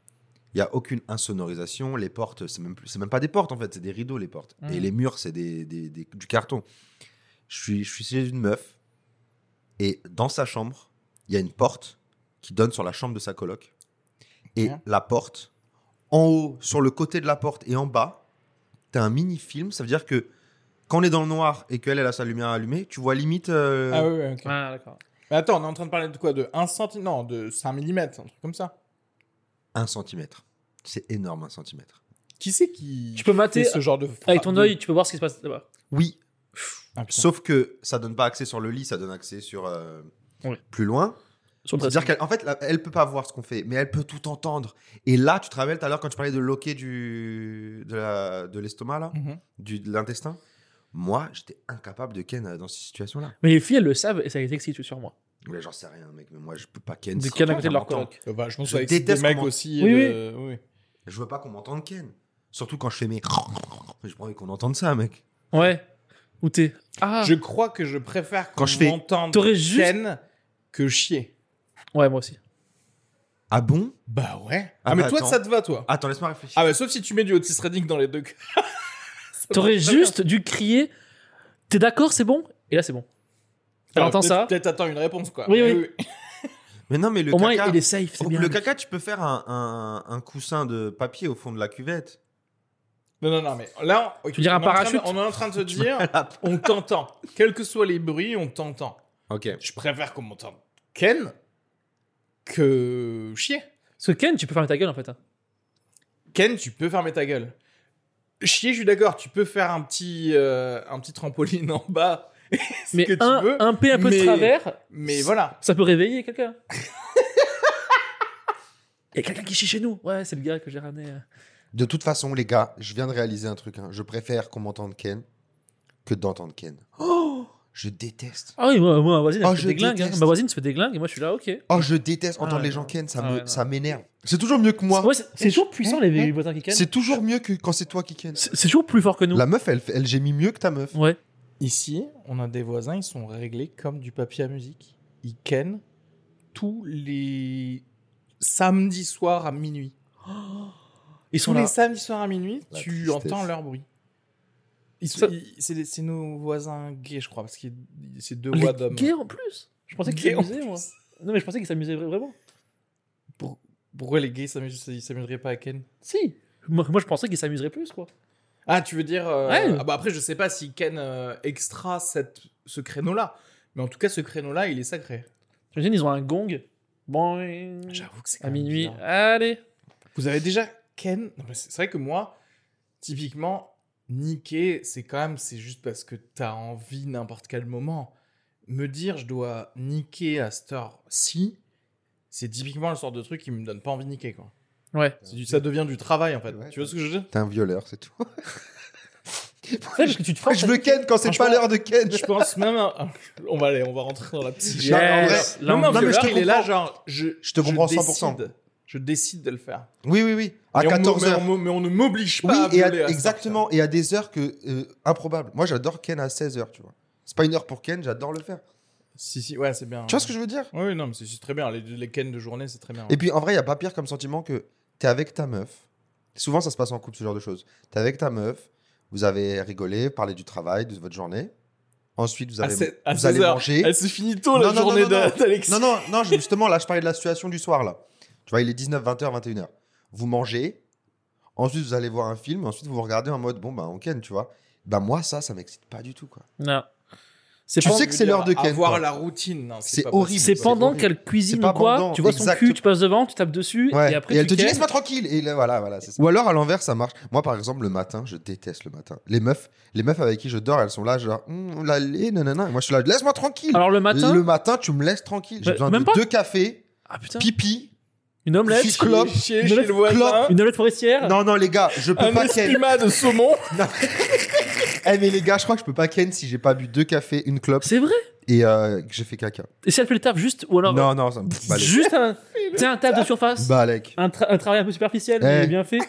Il y a aucune insonorisation. Les portes, c'est même, plus- c'est même pas des portes en fait, c'est des rideaux les portes. Mm. Et les murs, c'est des, des- des- du carton. Je suis, je suis chez une meuf et dans sa chambre, il y a une porte qui donne sur la chambre de sa coloc. Et Ok. la porte, en haut, sur le côté de la porte et en bas, t'as un mini-film. Ça veut dire que quand on est dans le noir et qu'elle elle a sa lumière allumée, tu vois limite. euh, Ah oui, oui, ok. Ah, d'accord. Mais attends, on est en train de parler de quoi? De un centimètre? Non, de cinq millimètres, un truc comme ça. un centimètre. C'est énorme, un centimètre. Qui c'est qui Tu peux mater fait ce genre de Avec ton de- œil, tu peux voir ce qui se passe là-bas. Oui, Ah, putain. sauf que ça donne pas accès sur le lit, ça donne accès sur euh, Oui. plus loin. Sur le C'est-à-dire dressing. qu'en fait, là, elle peut pas voir ce qu'on fait, mais elle peut tout entendre. Et là, tu te rappelles tout à l'heure quand tu parlais de loquer du de la- de l'estomac là, Mhm. du de l'intestin. Moi, j'étais incapable de ken dans ces situations-là. Mais les filles, elles le savent et ça les excite sur moi. Mais j'en sais rien, mec. Mais moi, je peux pas ken. De si ken à on côté de leur m'entend. coloc. Euh, bah, je pense Je avec des déteste mecs comment- aussi. Oui, de- oui. Je veux pas qu'on m'entende ken. Surtout quand je fais mes. J'ai pas envie qu'on entende ça, mec. Ouais. Où t'es. Ah. Je crois que je préfère Quand qu'on je fais- m'entende T'aurais juste- ken que chier. Ouais, moi aussi. Ah bon? Bah ouais. Ah Ah, mais bah toi, attends. ça te va, toi. Attends, laisse-moi réfléchir. Ah bah sauf si tu mets du Otis Redding dans les deux cas. Ça T'aurais marche très juste dû crier. T'es d'accord, c'est bon? Et là, c'est bon. Elle Alors, entend peut-être- ça. Peut-être attends une réponse, quoi. Oui, Mais oui. Mais non, mais le Au moins, caca. il est safe. C'est Oh, bien. le caca, tu peux faire un, un, un coussin de papier au fond de la cuvette. Non, non, non, mais là, on, veux dire un on est en train de- parachute On est en train de te dire, on t'entend. Quels que soient les bruits, on t'entend. Ok. Je préfère qu'on m'entende ken que chier. Parce que Ken, tu peux fermer ta gueule en fait. hein. Ken, tu peux fermer ta gueule. Chier, je suis d'accord, tu peux faire un petit, euh, un petit trampoline en bas. ce Mais que tu un, veux, un P un peu mais- de travers, Mais voilà. ça peut réveiller quelqu'un. Il y a quelqu'un qui chie chez nous. Ouais, c'est le gars que j'ai ramené. euh. De toute façon, les gars, je viens de réaliser un truc. hein. Je préfère qu'on m'entende ken que d'entendre ken. Oh, je déteste. Ah oui, moi, moi ma voisine, elle Oh, se je fait des glingues. hein. déteste. Ma voisine se fait des glingues et moi je suis là, ok. Oh, je déteste Ah entendre ouais, les non. gens ken. Ça Ah me, ouais, non. ça m'énerve. C'est toujours mieux que moi. Ouais, c'est c'est toujours puissant les, les voisins qui ken. C'est toujours mieux que quand c'est toi qui ken. C'est c'est toujours plus fort que nous. La meuf, elle, elle gémit mieux que ta meuf. Ouais. Ici, on a des voisins, ils sont réglés comme du papier à musique. Ils ken tous les samedis soirs à minuit. Ils sont Tous là. les samedis soirs à minuit, La tu tristesse. entends leur bruit. Ils sont- Ça- ils- c'est des- c'est nos voisins gays, je crois, parce que c'est deux Les voix d'hommes. gays en plus. Je pensais qu'ils Gays en s'amusaient, moi. plus. Non, mais je pensais qu'ils s'amusaient vra- vraiment. Pour- Pourquoi les gays s'amusent- ils s'amuseraient pas à Ken? Si. Moi, moi, je pensais qu'ils s'amuseraient plus, quoi. Ah, tu veux dire... euh, Ouais. ah bah après, je sais pas si Ken euh, extra cette, ce créneau-là. Mais en tout cas, ce créneau-là, il est sacré. J'imagine, ils ont un gong. Bon, J'avoue que c'est à quand même minuit. bizarre. Allez. Vous avez déjà Ken? Non, mais C'est c'est vrai que moi, typiquement, niquer, c'est quand même, c'est juste parce que t'as envie n'importe quel moment. Me dire, je dois niquer à cette heure-ci, c'est typiquement le sort de truc qui me donne pas envie de niquer, quoi. Ouais. C'est du- ça devient du travail, en fait. Ouais, tu vois ce que je veux dire? T'es un violeur, c'est tout. C'est parce que tu te Moi, forces. je veux ken quand c'est pas Franchement, l'heure de ken. Je pense même... à- On va aller, on va rentrer dans la psyché. Yes. En vrai, Là, non, on- non, non, mais je violeur, te il est là, comprends. genre... Je, Je te comprends cent pour cent. décide- Je décide de le faire. Oui, oui, oui. À Et on me- quatorze mais heures. on me- Mais on ne m'oblige pas Oui, à et à- violer à cette exactement. Et à des heures que euh, improbables. Moi, j'adore ken à seize heures, tu vois. C'est pas une heure pour ken, j'adore le faire. Si, si, ouais, c'est bien. Tu vois ce que je veux dire? Oui, oui, non, mais c'est c'est très bien. Les, les ken de journée, c'est très bien. Et puis, en vrai, il n'y a pas pire comme sentiment que t'es avec ta meuf. Souvent, ça se passe en couple, ce genre de choses. T'es avec ta meuf, vous avez rigolé, parlé du travail, de votre journée. Ensuite, vous, à avez, sept- à vous allez seize heures. manger. Elle se finit tôt la Non, non, journée non, non, de- non. d'Alexis. Non, non, non, justement, là, je parlais de la situation du soir, là. Tu vois, il est dix-neuf, vingt heures, vingt et une heures. Vous mangez, ensuite, vous allez voir un film, ensuite, vous vous regardez en mode, bon, bah, on ken, tu vois. Bah, moi, ça, ça m'excite pas du tout, quoi. Non. C'est Tu pas- sais que c'est l'heure de ken, Avoir quoi. la routine, non, C'est pas horrible. C'est possible. pendant horrible. qu'elle cuisine C'est pas ou quoi, pendant, tu vois son exact. cul, tu passes devant, tu tapes dessus, Ouais. et après elle tu te dit kennes. laisse-moi tranquille et là, voilà voilà c'est ça. Ou alors à l'envers ça marche. Moi par exemple le matin je déteste le matin. Les meufs les meufs avec qui je dors elles sont là genre Hum, la lait nanana et moi je suis là laisse-moi tranquille. Alors le matin, le matin tu me laisses tranquille. J'ai Bah, besoin même de pas. deux cafés, ah putain, pipi, une omelette, Fi- clope. Chier Une chez omelette le voisin. clope. une omelette forestière. Non non les gars je peux Un pas ken. espuma de saumon. Eh mais les gars je crois que je peux pas ken si j'ai pas bu deux cafés, une clope C'est vrai. et euh, que j'ai fait caca. Et si elle fait le taf juste, ou alors Non non ça me balèque. juste un, tu sais, un taf de surface, Balèque. un, tra- un travail un peu superficiel, Eh. mais bien fait.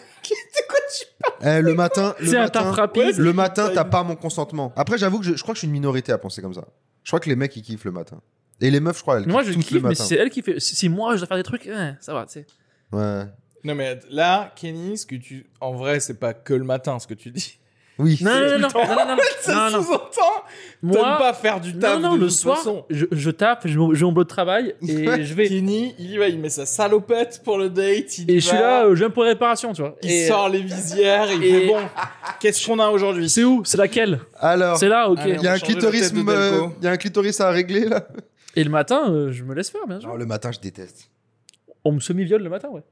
Eh, le matin le C'est un matin taf rapide. le matin t'as pas mon consentement. Après j'avoue que je, je crois que je suis une minorité à penser comme ça. Je crois que les mecs ils kiffent le matin. Et les meufs je crois elles Moi kiffent je toutes kiffe, le mais matin. si c'est elle qui fait, si si moi je dois faire des trucs, hein, ça va, tu sais. Ouais. Non, mais là, Kenny, ce que tu. En vrai, c'est pas que le matin ce que tu dis. Oui. Non, non, non, non, non, non, non, Ça non, non. sous-entend Moi, t'aimes pas faire du taf non, non, de le toute soir, façon. je, je tape, je, je vais au boulot de travail et je vais. Kenny, il y va, il met sa salopette pour le date. Il Et y je suis va, là, euh, je viens pour les réparations, tu vois. Il Et, sort les visières, il et- fait bon. Qu'est-ce qu'on a aujourd'hui? C'est où? C'est laquelle? Alors, C'est là, ok. Allez, il y a on un va changer la clitoris, tête de me- Delco. il y a un clitoris à régler là. Et le matin, euh, je me laisse faire, bien sûr. Alors, le matin, je déteste. On me semi-viole le matin, ouais.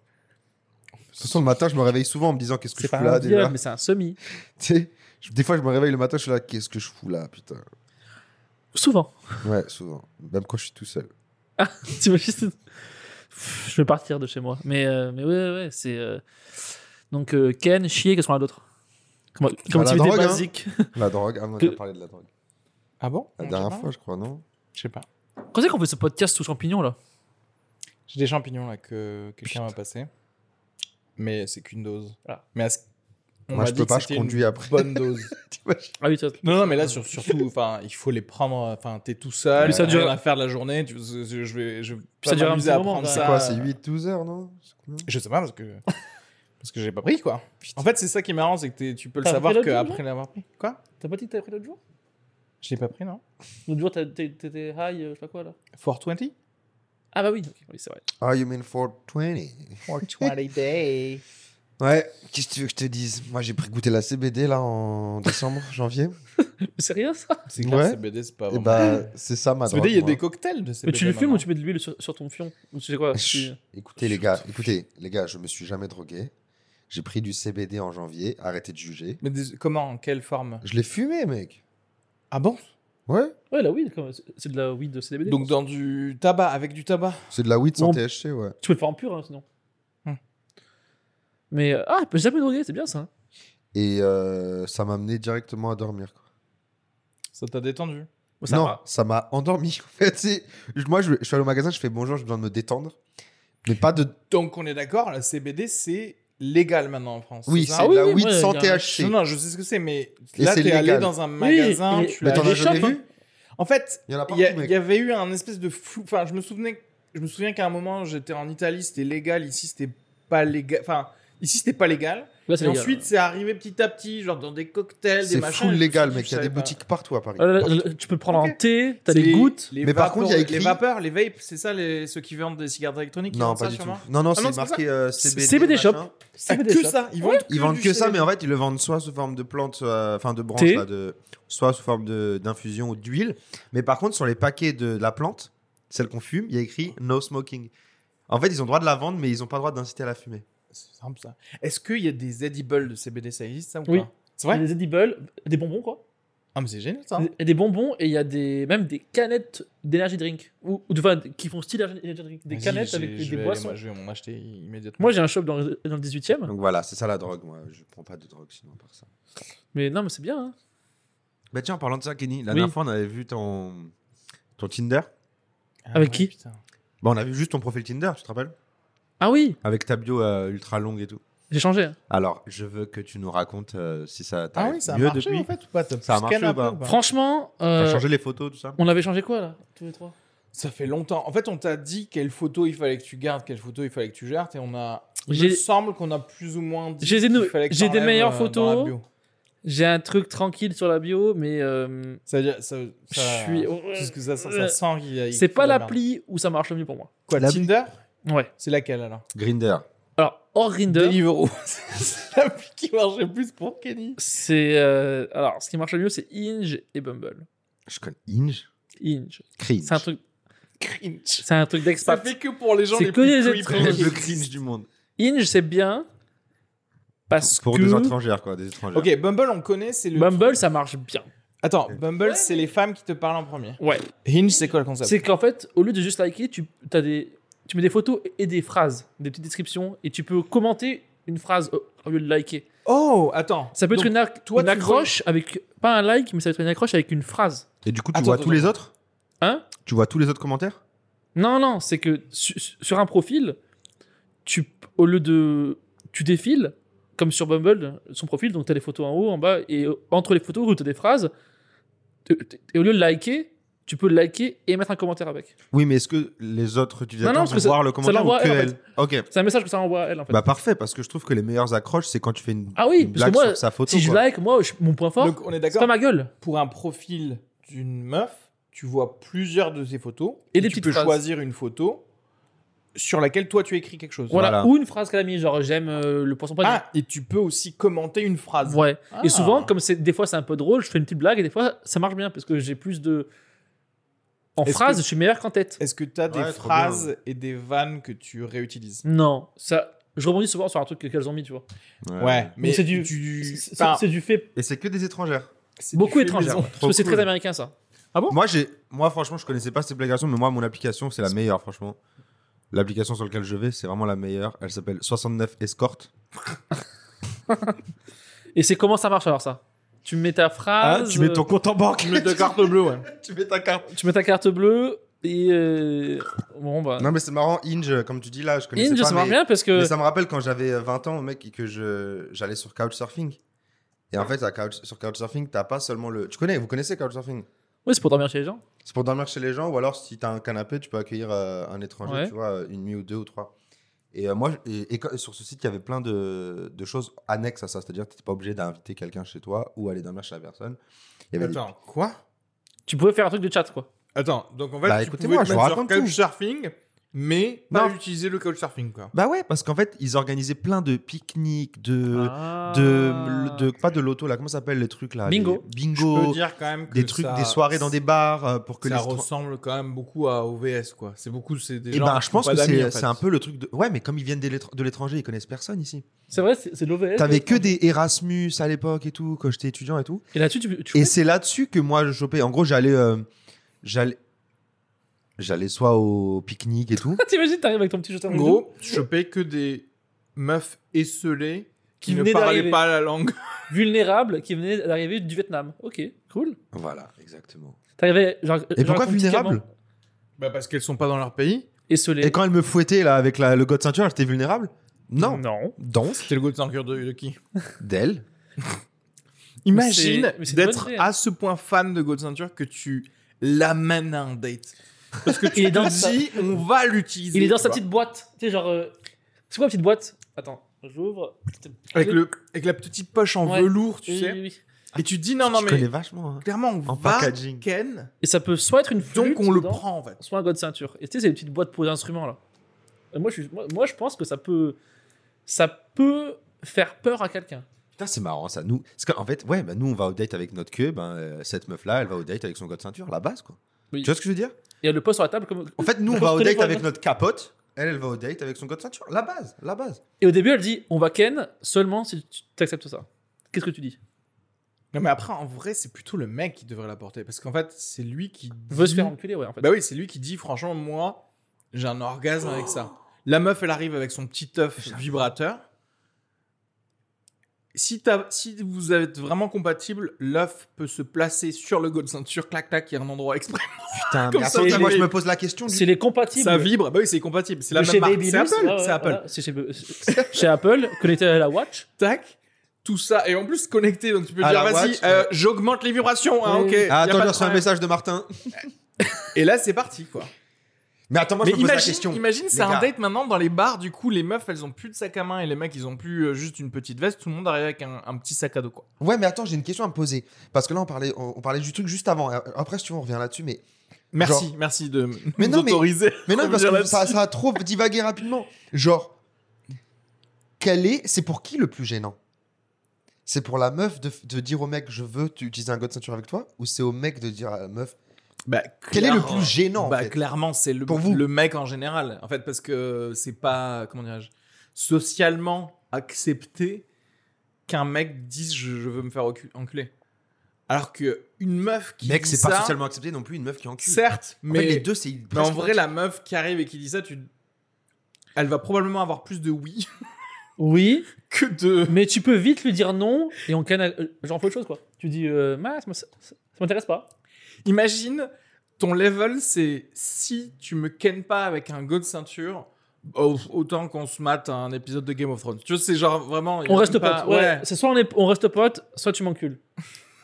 De toute façon, le matin, je me réveille souvent en me disant qu'est-ce que C'est je pas fous là un viol, déjà. mais c'est un semi. Tu sais, je- des fois, je me réveille le matin, je suis là, qu'est-ce que je fous là, putain. Souvent. Ouais, souvent. Même quand je suis tout seul. T'imagines? Pff, je vais partir de chez moi. Mais, euh, mais ouais, ouais, c'est. euh, Donc, euh, Ken, chier, qu'est-ce qu'on a d'autre? Comme, comme la activité drogue, hein. basique. La drogue. Ah, on a Que- déjà parlé de la drogue. Ah bon? La Non, dernière je sais fois, pas. je crois, non? Je sais pas. Quand c'est qu'on fait ce podcast sous champignons, là? J'ai des champignons là que quelqu'un m'a passé. Mais c'est qu'une dose. Ah. Mais à ce- on Moi, m'a je dit peux que pas, je c'était une conduis après. bonne dose. Ah oui, tu vois. Non, non, mais là, sur- surtout, enfin, il faut les prendre. Enfin, t'es tout seul, Puis ça rien dure- à faire de la journée. Tu, je, je vais, je vais ça pas dure un m'amuser petit à moment, prendre quand ça. même. Quoi, c'est huit douze heures, non? C'est combien? Je sais pas parce que parce que j'ai pas pris quoi. En fait, c'est ça qui est marrant, c'est que t'es- tu peux le T'as savoir pris l'autre jour, qu'après l'avoir pris. Quoi? T'as pas dit que t'avais pris l'autre jour? Je l'ai pas pris non. L'autre jour, t'as- t'es- t'étais high, euh, je sais pas quoi, là. four twenty? Ah bah oui, ok, oui, c'est vrai. Ah, you mean four twenty? four twenty day. Ouais, qu'est-ce que tu veux que je te dise? Moi, j'ai pris goûter la C B D là en décembre, janvier. Mais c'est rien, ça? C'est clair, Ouais. C B D, c'est pas Et vraiment. bah, c'est ça ma C B drogue. D, il y a moi. des cocktails de C B D. Mais tu le fumes maintenant. ou tu mets de l'huile sur, sur ton fion? Ou tu sais quoi? Chut. tu- Écoutez les gars, écoutez les gars, je me suis jamais drogué. J'ai pris du C B D en janvier, arrêtez de juger. Mais des- comment? En quelle forme? Je l'ai fumé, mec. Ah bon? Ouais, Ouais, la weed, comme- c'est- c'est de la weed de C B D. Donc dans du tabac, avec du tabac. c'est de la weed sans Non. T H C, ouais. Tu peux le faire en pur, hein, sinon. Hmm. Mais, euh, ah, j'ai jamais drogué, c'est bien ça. hein. Et euh, ça m'a amené directement à dormir. Quoi. Ça t'a détendu. Bon, ça non, va. ça m'a endormi. En fait, c'est- moi, je, je suis allé au magasin, je fais bonjour, j'ai besoin de me détendre. Mais pas de. Donc on est d'accord, la C B D c'est légal maintenant en France. Oui, c'est c'est ça Ah de oui, la oui, weed moi, sans il y a- T H C. Non, non, je sais ce que c'est, mais Et là c'est t'es allé légal. dans un magasin, et- tu Mais l'as t'en as des jamais shops, vu? En fait, Il y en a il y, a- partout, mec. il y avait eu un espèce de flou. Enfin, je me souvenais, je me souviens qu'à un moment j'étais en Italie, c'était légal. Ici, c'était pas légal. Enfin, ici, c'était pas légal. Là, c'est Et légal. ensuite, c'est arrivé petit à petit, genre dans des cocktails, des C'est machins. full et je me légal, suis dit, mec. je Il y a des savais pas. boutiques partout à Paris. Euh, Partout. euh, tu peux le prendre Ok. en thé, t'as C'est des gouttes. Les Mais par vapeurs- contre, il y a écrit- les vapeurs, les vapes, c'est ça, les... ceux qui vendent des cigarettes électroniques qui Non, vendent pas ça, du tout. sûrement Non, non, Ah c'est non, c'est marqué ça euh, C B D. C B D shop. machin. Ah, C B D que shop. ça, ils vendent. Ils que vendent du que ça, C B D. mais en fait, ils le vendent soit sous forme de plantes, euh, enfin de branches, Thé. là, de, soit sous forme de- d'infusion ou d'huile. Mais par contre, sur les paquets de la plante, celle qu'on fume, il y a écrit no smoking. En fait, ils ont le droit de la vendre, mais ils n'ont pas le droit d'inciter à la fumer. C'est simple ça. Est-ce qu'il y a des edibles de C B D, ça existe ça ou Oui. pas? C'est Il y a vrai? des edibles, des bonbons, quoi. Ah, mais c'est génial ça. Et des bonbons, et il y a des, même des canettes d'énergie drink. Ou, ou de- enfin, qui font style energy drink. Des Vas-y, canettes j'ai- avec je des vais aller- boissons. Moi, je vais m'en acheter immédiatement. Moi, j'ai un shop dans le, dans le dix-huitième. Donc voilà, c'est ça la drogue. Moi, je prends pas de drogue sinon, à part ça. Mais non, mais c'est bien. Hein. Bah tiens, en parlant de ça, Kenny, la Oui. dernière fois, on avait vu ton, ton Tinder. Ah, Avec ouais, qui putain. Bah, on a vu juste ton profil Tinder, tu te rappelles? Ah oui, Avec ta bio euh, ultra longue et tout. j'ai changé. hein. Alors, je veux que tu nous racontes euh, si ça Ah t'arrive oui, ça a mieux marché depuis. en fait ou pas? T'as Ça a pu marché scanner ou pas un peu Franchement, T'as euh, changé les photos, tout ça? on avait changé quoi, là, tous les trois? Ça fait longtemps. En fait, on t'a dit quelle photo il fallait que tu gardes, quelle photo il fallait que tu gères, et on a. Il J'ai- me semble qu'on a plus ou moins dit. J'ai des qu'il nou- fallait que j'ai des t'enlèves, meilleures euh, photos. dans la bio. J'ai un truc tranquille sur la bio, mais euh, Ça veut dire, ça, je ça- suis. Parce que ça, ça, ça sent qu'il y a. il C'est fout pas de la merde. l'appli où ça marche le mieux pour moi. Quoi, La- Tinder? Ouais. C'est laquelle alors? Grinder. Alors, hors Grindr, Deliveroo. C'est l'appli qui marchait plus pour Kenny. c'est. euh, Alors, ce qui marche le mieux, c'est Hinge et Bumble. Je connais Inge. Hinge. Cringe. C'est un truc, Cringe. c'est un truc Ça d'expat. fait que pour les gens C'est les que plus les creepy étrangers. qui Le existent. cringe du monde. Hinge, c'est bien parce Pour que des étrangères, quoi. Des étrangères. Ok, Bumble, on connaît, c'est le. Bumble, ça marche bien. Attends, Bumble, c'est les femmes qui te parlent en premier. Ouais. Hinge, c'est quoi le concept? C'est qu'en fait, au lieu de juste liker, tu as des, tu mets des photos et des phrases, des petites descriptions, et tu peux commenter une phrase au au lieu de liker. Oh, attends. Ça peut être Donc, une, ac- toi, une tu accroche avec pas un like, mais ça peut être une accroche avec une phrase. Et du coup, tu Attends, vois attends, tous les attends. autres? Hein? Tu vois tous les autres commentaires? Non, non, c'est que su- sur un profil, tu, au lieu de, tu défiles comme sur Bumble, son profil, donc tu as les photos en haut, en bas, et euh, entre les photos, tu as des phrases. T- t- Et au lieu de liker, tu peux le liker et mettre un commentaire avec. Oui, mais est-ce que les autres utilisateurs Non, non, parce vont que ça- voir le ça commentaire l'envoie ou que à elle, en elle Ok. C'est un message que ça envoie à elle en fait. Bah parfait, parce que je trouve que les meilleures accroches, c'est quand tu fais une, ah oui, une parce que blague moi, sur sa photo. si je quoi. like, moi, je- mon point fort, Donc on est c'est d'accord. pas ma gueule. Pour un profil d'une meuf, tu vois plusieurs de ses photos Et des tu petites peux phrases. choisir une photo sur laquelle toi tu écris quelque chose. Voilà. Voilà. Ou une phrase qu'elle a mis, genre j'aime euh, le poisson pané. Ah, et tu peux aussi commenter une phrase. Ouais. Ah. Et souvent, comme c'est des fois c'est un peu drôle, je fais une petite blague et des fois ça marche bien parce que j'ai plus de. En Est-ce phrase, que- je suis meilleur qu'en tête. Est-ce que tu as des Ouais, trop phrases et des vannes que tu réutilises? Non, ça. Je rebondis souvent sur un truc qu'elles ont mis, tu vois. Ouais, mais c'est du- tu- C'est enfin, c'est du fait Et c'est que des étrangères. c'est du beaucoup fait étrangère. maison. Parce que c'est cool. très américain ça. Ah bon? Moi, j'ai, moi, franchement, je connaissais pas cette application, mais moi, mon application, c'est la meilleure, franchement. L'application sur laquelle je vais, c'est vraiment la meilleure. Elle s'appelle soixante-neuf Escort. Et c'est comment ça marche alors ça? Tu mets ta Ah, phrase. tu mets ton compte en banque. Tu mets ta carte bleue, ouais. tu mets ta carte. euh, Tu mets ta carte bleue et. euh, Bon bah. Non, mais c'est marrant, Inge, comme tu dis là, je connaissais Inge, pas. ça marche mais... bien parce que. mais ça me rappelle quand j'avais vingt ans, mec, et que je... j'allais sur Couchsurfing. Et en fait, à Couch... sur Couchsurfing, t'as pas seulement le. Tu connais, vous connaissez Couchsurfing? Oui, c'est pour dormir chez les gens. C'est pour dormir chez les gens, ou alors si t'as un canapé, tu peux accueillir euh, un étranger, Ouais. tu vois, une nuit ou deux ou trois. Et euh, moi, je- et, et quand- sur ce site, il y avait plein de, de choses annexes à ça. C'est-à-dire que t'étais pas obligé d'inviter quelqu'un chez toi ou aller dormir chez la personne. Il y avait des- Attends, quoi? Tu pouvais faire un truc de chat quoi. Attends, donc en fait, Bah, tu écoutez-moi, pouvais te je vous mettre sur raconte tout. Couchsurfing, mais pas Non. utiliser le Couchsurfing, quoi. Bah ouais, parce qu'en fait, ils organisaient plein de pique-niques, de, Ah. de, de, pas de loto là, comment ça s'appelle les trucs là? Bingo. Les Je bingo. peux dire quand même que Des trucs, ça- des soirées dans des bars euh, pour que ça les. ressemble quand même beaucoup à O V S, quoi. C'est beaucoup, c'est des Et gens ben, qui je ont pense pas que d'amis, c'est en fait. c'est un peu le truc de. Ouais, mais comme ils viennent de l'étr- de l'étranger, ils connaissent personne ici. C'est vrai, c'est c'est de l'O V S. T'avais que des Erasmus à l'époque et tout, quand j'étais étudiant et tout. Et là-dessus, tu, tu Et fais- c'est là-dessus que moi je chopais. En gros, j'allais, euh, j'allais, j'allais soit au pique-nique et tout. T'imagines, t'arrives avec ton petit jeton En gros, tu chopais que des meufs esselées qui, Qui ne venaient parlaient d'arriver. pas la langue. vulnérable qui venait d'arriver du Vietnam. Ok, cool. Voilà, exactement. T'arrivais genre. Et pourquoi vulnérable? Bah parce qu'elles sont pas dans leur pays. Esselé. Et quand elle me fouettait là avec la, le god ceinture, j'étais vulnérable? Non. Non. Donc, C'était le goût de ceinture de, de qui? d'elle. Imagine c'est- mais c'est une d'être bonne idée, hein. à ce point fan de Gold Ceinture que tu l'amènes à un date. Parce que tu Il est dans te sa- dis, on va l'utiliser. Il est dans tu sa vois. petite boîte. Tu sais, genre. euh, C'est quoi la petite boîte? Attends, j'ouvre. Avec, le, avec la petite poche en Ouais. velours, tu Oui, sais. oui, oui. Et tu te dis, non, non, Je mais connais vachement. hein. clairement, on En va packaging. ken, Et ça peut soit être une flûte. donc on le dedans, prend en fait. soit un god ceinture. Et tu sais, c'est des petites boîtes pour les instruments là. Et moi, je suis- moi, moi, je pense que ça peut. Ça peut faire peur à quelqu'un. Putain, c'est marrant ça. Nous, parce qu'en fait, ouais, bah, nous on va au date avec notre queue. Ben, euh, cette meuf-là, elle va au date avec son god ceinture, la base quoi. Oui. Tu vois ce que je veux dire? Et elle le pose sur la table comme. En fait, nous on Comme va au sur date téléphone. avec notre capote. Elle, elle va au date avec son god ceinture. La base, la base. Et au début, elle dit on va ken seulement si tu acceptes ça. Qu'est-ce que tu dis? Non, mais après, en vrai, c'est plutôt le mec qui devrait la porter. Parce qu'en fait, c'est lui qui. Veut se dit- faire enculer, ouais, en fait. Bah oui, c'est lui qui dit, franchement, moi, j'ai un orgasme avec ça. La meuf, elle arrive avec son petit œuf vibrateur. Si, t'as- si vous êtes vraiment compatible, l'œuf peut se placer sur le gold ceinture, clac, clac, il y a un endroit exprès. Putain, Comme mais ça, attendez, il moi est- je me pose la question. du- C'est les compatibles. Ça vibre, bah oui, c'est compatible. C'est la de même chez marque. Babyliss. C'est Apple. Ouais, ouais, c'est Apple. voilà. C'est chez, c'est- chez Apple, connecté à la Watch. Tac. Tout ça. Et en plus, connecté. Donc tu peux À dire, la vas-y, watch, euh, ouais. j'augmente les vibrations. Hein, Oui. ok. y a Ah, attends, pas j'ai de reçu un problème. message de Martin. Et là, c'est parti, quoi. Mais attends, moi Mais je me pose la imagine, question. imagine c'est Les un gars. date maintenant dans les bars. Du coup, les meufs, elles ont plus de sac à main et les mecs, ils ont plus euh, juste une petite veste. Tout le monde arrive avec un, un petit sac à dos, quoi. Ouais, mais attends, j'ai une question à me poser. Parce que là, on parlait, on, on parlait du truc juste avant. Après, si tu veux, on revient là-dessus. Mais, Merci, Genre- merci de Mais nous non, mais- autoriser. mais non, à parce revenir que ça, là-dessus. ça a trop divagué rapidement. Genre, quel est, c'est pour qui le plus gênant? C'est pour la meuf de, de dire au mec, je veux tu- utiliser un god ceinture avec toi? Ou c'est au mec de dire à la meuf, Bah, quel est le clairement- plus gênant en Bah, fait clairement, c'est le, Pour vous. le mec en général. En fait, parce que c'est pas, comment dirais-je, socialement accepté qu'un mec dise je, je veux me faire encu- enculer. Alors que une meuf qui Mec, dit c'est ça, pas socialement accepté non plus une meuf qui encule. certes, En mais fait, les deux, c'est mais en presque vrai, la meuf qui arrive et qui dit ça, tu, elle va probablement avoir plus de oui Oui, que de. mais tu peux vite lui dire non et on canne. euh, Genre, faut autre chose, quoi. Tu dis, euh, Mas, moi, ça, ça, ça m'intéresse pas. Imagine, ton level, c'est si tu me kennes pas avec un go de ceinture, au- autant qu'on se mate un épisode de Game of Thrones. Tu vois, c'est genre vraiment. il y On a reste pas- potes. Ouais. C'est soit on, est, on reste potes, soit tu m'encules.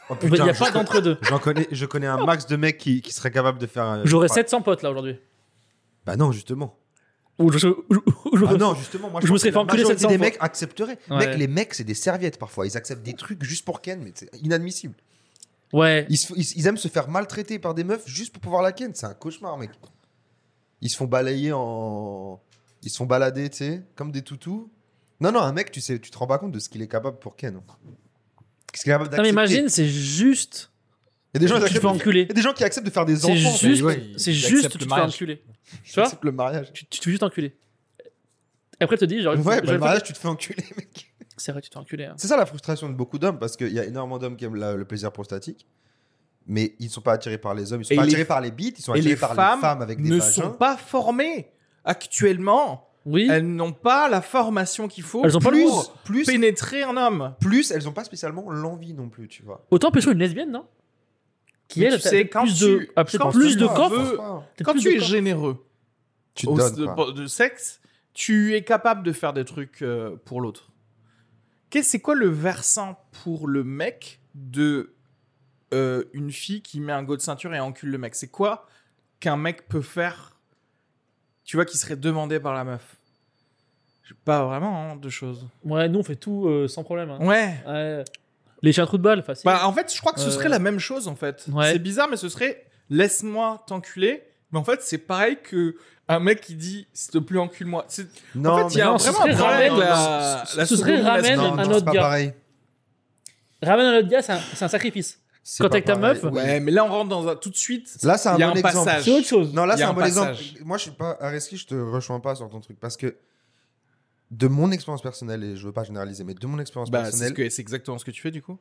Oh, Il n'y a je pas connais- d'entre-deux. J'en connais, je connais un max de mecs qui, qui seraient capables de faire. Un... J'aurais Ouais. sept cents potes là aujourd'hui. Bah non, justement. Ou je, ou- ou- ou- Ah non, justement, moi je me pense serais que fait la enculer majorité sept cents des fois. mecs accepteraient. Ouais. Mec, les mecs, c'est des serviettes parfois. Ils acceptent des trucs juste pour Ken, mais c'est inadmissible. Ouais. Ils, se- ils- ils aiment se faire maltraiter par des meufs juste pour pouvoir la Ken. C'est un cauchemar, mec. Ils se font balayer en. Ils se font balader, tu sais, comme des toutous. Non, non, un mec, tu sais, tu te rends pas compte de ce qu'il est capable pour Ken. Ce qu'il est capable Non, mais d'accepter. imagine, c'est juste. Il y a des gens, tu qui te fais acceptent de- enculer. il y a des gens qui acceptent de faire des C'est enfants. juste, mais ouais, c'est ils juste, acceptent tu le te fais mariage. enculer. Ils Tu vois, acceptent le mariage. tu, tu te fais juste enculer. Et après, tu te dis, genre, Ouais, bah, j'aurais le fait- mariage, tu te fais enculer, mec. c'est vrai, tu te fais enculer. hein. C'est ça la frustration de beaucoup d'hommes, parce qu'il y a énormément d'hommes qui aiment la- le plaisir prostatique, mais ils ne sont pas attirés par les hommes, ils sont Et pas les- attirés par les bites, ils sont Et attirés les par femmes, les femmes avec des ne vagins. sont pas formées actuellement. Oui. Elles n'ont pas la formation qu'il faut Elles ont pas le plus, droit. plus, pénétrer un homme. plus, elles n'ont pas spécialement l'envie non plus, tu vois. Autant pécho une lesbienne, non Qui Mais elle, tu a sais, peut-être quand plus tu- de, a peut-être quand plus tu de veux- coffre. peut-être Quand plus tu de es coffre. généreux Tu te au- donnes, de, quoi. de sexe, tu es capable de faire des trucs euh, pour l'autre. Qu'est- C'est quoi le versant pour le mec de euh, une fille qui met un go de ceinture et encule le mec? C'est quoi qu'un mec peut faire, tu vois, qui serait demandé par la meuf? Pas vraiment, hein, de choses. Ouais, nous on fait tout euh, sans problème. hein. Ouais. Ouais. Les chiens trous de balle, facile. Bah, en fait, je crois que ce Euh, serait la même chose, en fait. ouais. C'est bizarre, mais ce serait laisse-moi t'enculer. Mais en fait, c'est pareil que un mec qui dit s'il te plaît, encule-moi. C'est- Non, en fait, il y a mais non, un- ce vraiment serait un problème ramène- avec la, ce- la ce serait seconde ramène masculine. non, un non, autre c'est pas gars. pareil. Ramène un autre gars, c'est un, c'est un sacrifice. C'est Quand pas t'es avec ta pareil. meuf, Ouais, mais là, on rentre dans un tout de suite. Là, c'est un il y a bon un exemple. passage. C'est autre chose. Non, là, Il y c'est a un, un bon passage. exemple. Moi, je suis pas Areski, je te rejoins pas sur ton truc parce que de mon expérience personnelle, et je veux pas généraliser, mais de mon expérience Bah, c'est, personnelle, ce que- c'est exactement ce que tu fais, du coup.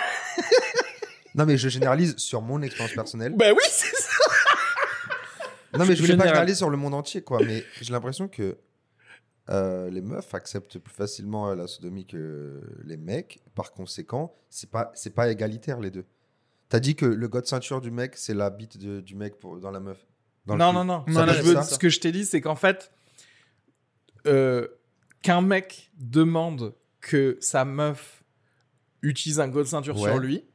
non, mais je généralise sur mon expérience personnelle. Bah oui, c'est ça. Non, mais je voulais pas Général. généraliser sur le monde entier, quoi. Mais j'ai l'impression que euh, les meufs acceptent plus facilement euh, la sodomie que les mecs. Par conséquent, c'est pas, c'est pas égalitaire, les deux. T'as dit que le god ceinture du mec, c'est la bite de- du mec pour, dans la meuf. Dans le Non, cul. non, non. Ça Non, veut non, dire je veux- ça ce que je t'ai dit, c'est qu'en fait, euh, qu'un mec demande que sa meuf utilise un go de ceinture Ouais. sur lui,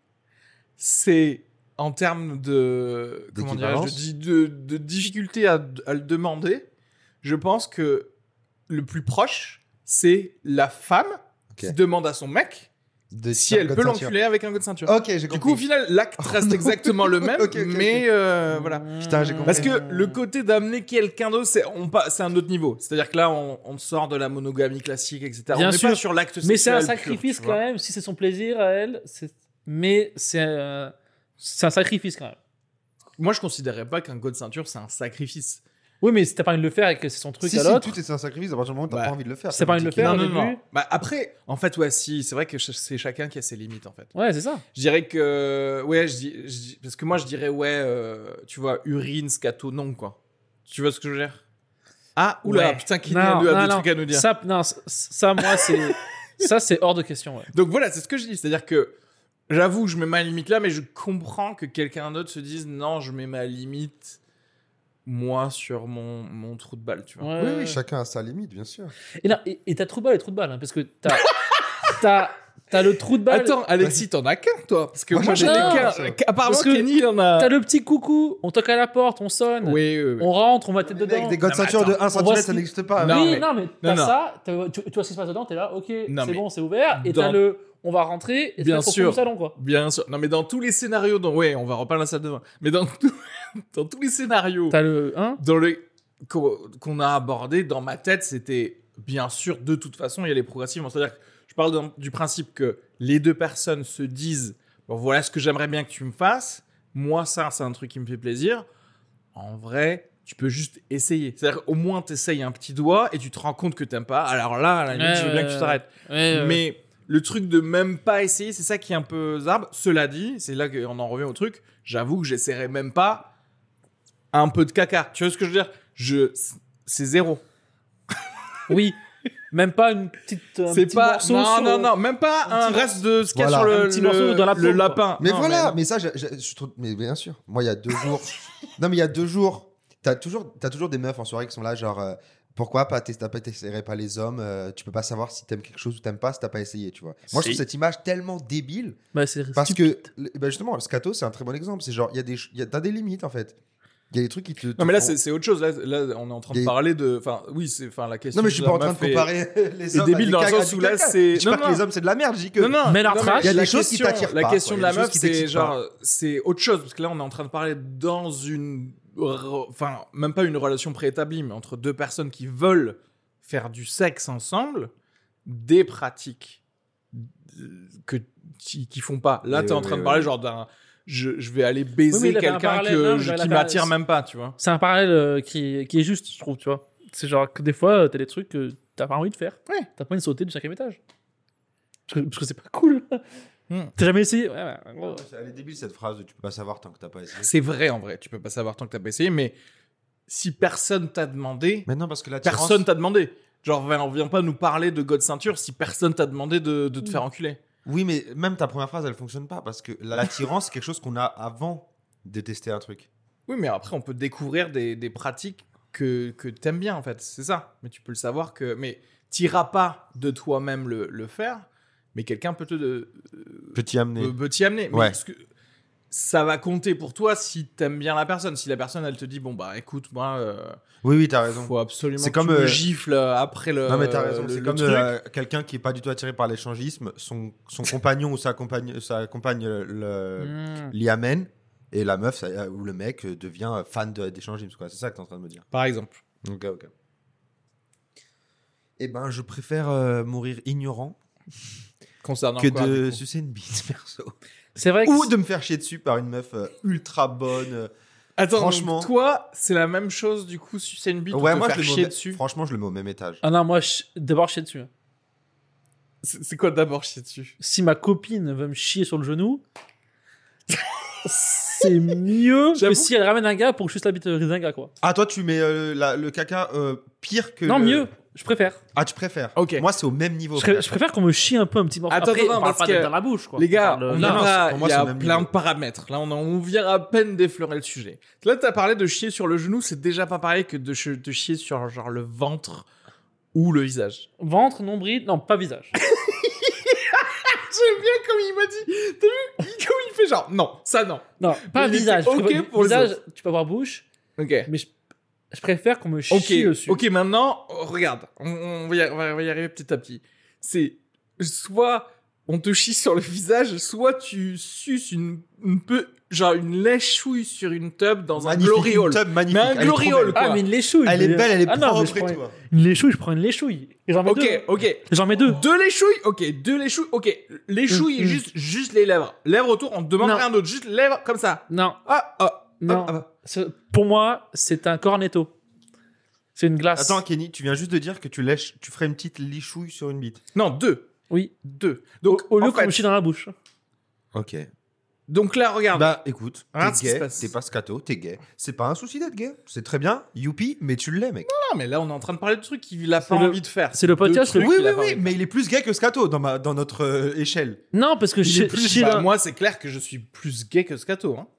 c'est en termes de, comment dirais-je, D'équivalence. de, de, de difficulté à, à le demander. Je pense que le plus proche, c'est la femme qui Ok. demande à son mec De- si d'un elle god peut ceinture. l'enculer avec un go de ceinture. Ok, j'ai Du compris. coup, au final, l'acte reste exactement le même, Ok, ok, ok. mais euh, voilà. Putain, j'ai compris. Parce que le côté d'amener quelqu'un d'autre, c'est, on pa- c'est un autre niveau. C'est-à-dire que là, on, on sort de la monogamie classique, et cetera. Bien on n'est sûr. pas sur l'acte sexuel. Mais c'est un pur, sacrifice tu quand vois. même, si c'est son plaisir à elle. c'est- Mais c'est un... c'est un sacrifice quand même. Moi, je considérais pas qu'un go de ceinture, c'est un sacrifice. Oui, mais si t'as pas envie de le faire et que c'est son truc si, à si, l'autre, tout est un sacrifice à partir du moment où t'as Bah, pas envie de le faire. si ça t'as pas veut envie de le dire faire non, au non, début. non. Bah, après, en fait, ouais, si, c'est vrai que ch- c'est chacun qui a ses limites, en fait. Ouais, c'est ça. Je dirais que, ouais, je dis, je dis- parce que moi, je dirais, ouais, euh, tu vois, urine, scato, non, quoi. Tu vois ce que je veux dire? Ah, oula, Ouais. putain, qui Non, a non, des non. trucs à nous dire. Ça, non, ça, ça, moi, c'est ça, c'est hors de question. Ouais. Donc voilà, c'est ce que je dis. C'est-à-dire que j'avoue, je mets ma limite là, mais je comprends que quelqu'un d'autre se dise non, je mets ma limite, moi, sur mon, mon trou de balle, tu vois. Ouais, Oui, ouais. oui, chacun a sa limite, bien sûr. Et, non, et, et t'as trou de balle et trou de balle, hein, parce que t'as, t'as, t'as le trou de balle. Attends, Alexis, t'en as qu'un, toi? Parce que Moi, moi, j'en j'en ai ai qu'un. qu'un. Apparemment, Parce que Kenny, il en a. T'as le petit coucou, on toque à la porte, on sonne, Oui, oui, oui. on rentre, on va tête Mais dedans. mec, des god Non, mais ceinture de attends, un on voit centimètre, ce ça qui- n'existe pas. Non, oui, mais- non, mais t'as non. ça, t'as- tu, tu vois ce qui se passe dedans, t'es là, ok, Non, c'est mais bon, c'est ouvert, et dans- t'as le, on va rentrer, et Bien t'as le sûr. salon, quoi. Bien sûr. Non, mais dans tous les scénarios, dont... ouais, on va reparler de la salle de bain. Mais dans, tout- dans tous les scénarios T'as le, hein, dans le... qu'on qu'on a abordé, dans ma tête, c'était bien sûr, de toute façon, il y a les progressivement. C'est-à-dire que je parle dans- du principe que les deux personnes se disent bon, voilà ce que j'aimerais bien que tu me fasses. Moi, ça, c'est un truc qui me fait plaisir. En vrai, tu peux juste essayer. C'est-à-dire qu'au moins, tu essayes un petit doigt et tu te rends compte que t'aimes pas. Alors là, à la limite, Ouais, je veux ouais, bien que tu ouais. t'arrêtes. Ouais, ouais. Mais le truc de même pas essayer, c'est ça qui est un peu zarbe. Cela dit, c'est là qu'on en revient au truc. J'avoue que j'essaierai même pas un peu de caca. Tu vois ce que je veux dire? Je... C'est zéro. Oui, même pas une petite, un C'est petit pas... morceau Non, sur- non, non. Même pas un un petit reste de ce qu'il y a Voilà. sur le, Un petit morceau le- dans la le peau, quoi. lapin. Mais Non, voilà, mais, ça, je, je- je trouve, mais bien sûr. Moi, il y a deux jours. Non, mais il y a deux jours, t'as toujours, t'as toujours des meufs en soirée qui sont là, genre, euh, Pourquoi pas tester, pas t'essayerais pas les hommes euh, Tu peux pas savoir si t'aimes quelque chose ou t'aimes pas si t'as pas essayé, tu vois. Moi, je Si. trouve cette image tellement débile Bah, c'est parce stupide. que, le- bah justement, le scato, c'est un très bon exemple. C'est genre, il y a des, ch- il y a, t'as des limites en fait. Il y a des trucs qui te. te Non mais là font- c'est c'est autre chose. Là, là on est en train de Des- parler de. Enfin oui c'est enfin la question. Non, mais je suis de pas la en train de meuf est- comparer les est hommes. débile à dans des le cagas, sens du où là, caca. c'est- Je dis pas non, que non. les hommes c'est de la merde. Je dis que. Non, non, Mais leur non, trash, il y a la des choses qui question- t'attirent La pas. question Il de y a la des choses meuf, qui c'est t'excitent genre, c'est autre chose. Parce que là, on est en train de parler dans une. re- Enfin, même pas une relation préétablie, mais entre deux personnes qui veulent faire du sexe ensemble, des pratiques que, qui, qui font pas. Là, Oui, t'es en oui, train oui, de parler oui. genre d'un. Je, je vais aller Oui, mais baiser il a fait un quelqu'un parallèle, que, non, mais je- il a qui fait- m'attire même pas, tu vois. C'est un parallèle euh, qui, qui est juste, je trouve, tu vois. C'est genre que des fois, euh, t'as des trucs que t'as pas envie de faire. Ouais. T'as pas envie de sauter du cinquième étage. Parce que, parce que c'est pas cool. Hmm. T'as jamais essayé? Ouais, ouais, en gros. Elle est débile cette phrase de tu peux pas savoir tant que t'as pas essayé. C'est vrai en vrai. Tu peux pas savoir tant que t'as pas essayé, mais si personne t'a demandé, Maintenant parce que la personne t'a demandé. Genre, ben, on vient pas nous parler de God ceinture si personne t'a demandé de, de te faire enculer. Oui, mais même ta première phrase, elle fonctionne pas parce que l'attirance, c'est quelque chose qu'on a avant de tester un truc. Oui, mais après, on peut découvrir des, des pratiques que, que t'aimes bien, en fait. C'est ça. Mais tu peux le savoir que. Mais t'iras pas de toi-même le, le faire, mais quelqu'un peut te. De, Peut t'y amener. peut, peut t'y amener. Mais Ouais. est-ce que ça va compter pour toi si t'aimes bien la personne. Si la personne, elle te dit, bon, bah écoute, moi, euh, Oui, oui, t'as raison. faut absolument C'est que comme, tu me euh, gifles après le. Non, mais t'as raison. le- C'est le comme truc. euh, quelqu'un qui est pas du tout attiré par l'échangisme, son, son compagnon ou sa compagne, sa compagne le, le- Hmm. l'y amène et la meuf ça- ou le mec euh, devient fan de- d'échangisme. quoi. C'est ça que t'es en train de me dire. Par exemple. Ok, ok. Eh ben, je préfère euh, mourir ignorant Concernant que quoi, de du coup sucer une bite, perso. C'est vrai que Ou de me faire chier dessus par une meuf euh, ultra bonne. euh. Attends, Franchement- donc toi, c'est la même chose du coup, sucer une bite ou Ouais, te moi, faire je le mets au chier mê- dessus. Franchement, je le mets au même étage. Ah non, moi, je- d'abord, chier dessus. C'est c'est quoi d'abord chier dessus? Si ma copine veut me chier sur le genou, c'est mieux que J'avoue si elle ramène un gars pour que je puisse la bite euh, d'un gars, quoi. Ah, toi, tu mets euh, la- le caca euh, pire que. Non, le- mieux, je préfère. Ah, tu préfères. Ok. Moi, c'est au même niveau. Je, pré- je préfère qu'on me chie un peu un petit morceau. Attends, Après, attends, on parle parce pas que- d'être dans la bouche, quoi. Les gars, On parle de- on non, a non, pas- pour moi, il y c'est a au même plein niveau. de paramètres. Là, on, on vient à peine d'effleurer le sujet. Là, t'as parlé de chier sur le genou, c'est déjà pas pareil que de, ch- de chier sur genre le ventre ou le visage. Ventre, nombril, non, pas visage. J'aime bien comme il m'a dit. T'as vu il- Comme il fait genre, non, ça non. Non, pas Il était visage. ok Je préfère- pour les visage, autres. tu peux avoir bouche, Ok. mais je, je préfère qu'on me chie Ok, dessus. ok, maintenant, oh, regarde, on, on va y, on va- on va y arriver petit à petit. C'est soit on te chie sur le visage, soit tu suces une, une peu, genre une lèche-chouille sur une tub dans Magnifique, un glory hole. une tub magnifique. Mais un Elle est glory trop hole, belle. quoi. Ah, mais une léchouille. Elle je est veux belle, dire. elle est ah, non, mais propre je et prends tout. hein. Une léchouille, je prends une léchouille. Et j'en mets Ok, deux. ok. J'en mets deux. Deux léchouilles, ok, deux léchouilles, ok. Léchouille, Mm, mm. juste, juste les lèvres. Lèvres autour, on te demande Non. rien d'autre, juste lèvres comme ça. Non, Ah, ah, non. ah, ah. C'est- Pour moi, c'est un cornetto. C'est une glace. Attends, Kenny, tu viens juste de dire que tu lèches, tu ferais une petite lichouille sur une bite. Non, deux. Oui. Deux. Donc, Donc, au, au lieu en qu'on fait, me chie dans la bouche. Ok. donc là, regarde. Bah, écoute, Regarde t'es ce qui se gay, passe. t'es pas scato, t'es gay. C'est pas un souci d'être gay. C'est très bien, youpi, mais tu l'es, mec. Non, mais là, on est en train de parler de trucs qu'il a C'est pas le- envie de faire. c'est le Deux podcast, trucs le- Oui, qu'il oui, a pas oui, envie de mais il est plus gay que scato dans, ma, dans notre euh, échelle. Non, parce que Il chier est plus, chier bah, dans- moi, c'est clair que je suis plus gay que Scato. Hein.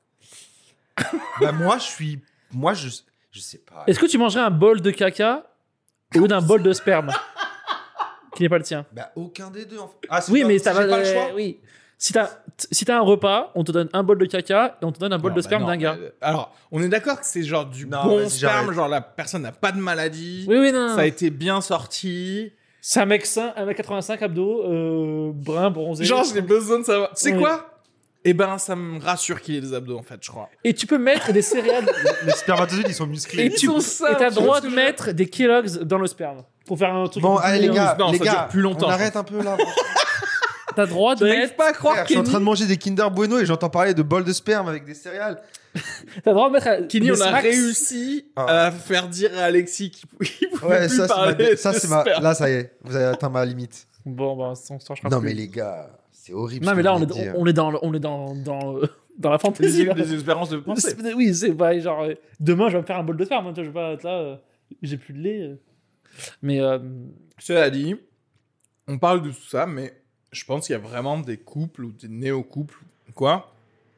Bah, moi, je suis. Moi, je. Je sais pas. Est-ce que tu mangerais un bol de caca au lieu d'un bol de sperme qui n'est pas le tien? Bah, aucun des deux, en fait. Ah, c'est Oui, pas- mais si ça j'ai va. pas le euh, choix. Oui. Si t'as si t'as un repas, on te donne un bol de caca et on te donne un bol Non, de bah sperme non, d'un gars. euh, alors, on est d'accord que c'est genre du Non, bon vas-y, sperme, j'arrête. genre la personne n'a pas de maladie, Oui, oui, non. non. ça a été bien sorti. C'est un mec sain, un mec quatre-vingt-cinq abdos, euh, brun, bronzé. Genre, j'ai besoin de savoir. Tu sais Oui. quoi? Eh ben, ça me rassure qu'il ait des abdos, en fait, je crois. Et tu peux mettre des céréales. Les spermatozoïdes, ils sont musclés. et Ils tu sont et sains, t'as tu vois droit ce que de je veux mettre des Kellogg's dans le sperme pour faire un truc. Bon, un peu allez, les plus- gars, Non, les ça gars, dure plus longtemps, on je arrête un peu là. T'as droit de J'arrive mettre. pas à croire Frère, je suis en Kenny. train de manger des Kinder Bueno et j'entends parler de bol de sperme avec des céréales. T'as droit de mettre. euh, Kenny, des on a snacks. réussi Ah. à faire dire à Alexis qu'il qu'il pouvait Ouais, plus ça, c'est parler ma... ça, de c'est ma... sperme. Là, ça y est, vous avez atteint ma limite. Bon, bah, on s'en sortira Non, plus. mais les gars, c'est horrible. Non, ce mais que là, vous on venez est, de dire. on est dans, le- on est dans, dans, euh, dans la fantaisie. Des, là. des espérances de pensée. C'est- Oui, c'est pas genre. euh, Demain, je vais me faire un bol de sperme. hein, tu vois, je vais pas être là. euh, J'ai plus de lait. euh. Mais. euh, Cela dit, on parle de tout ça, mais je pense qu'il y a vraiment des couples ou des néo-couples, quoi,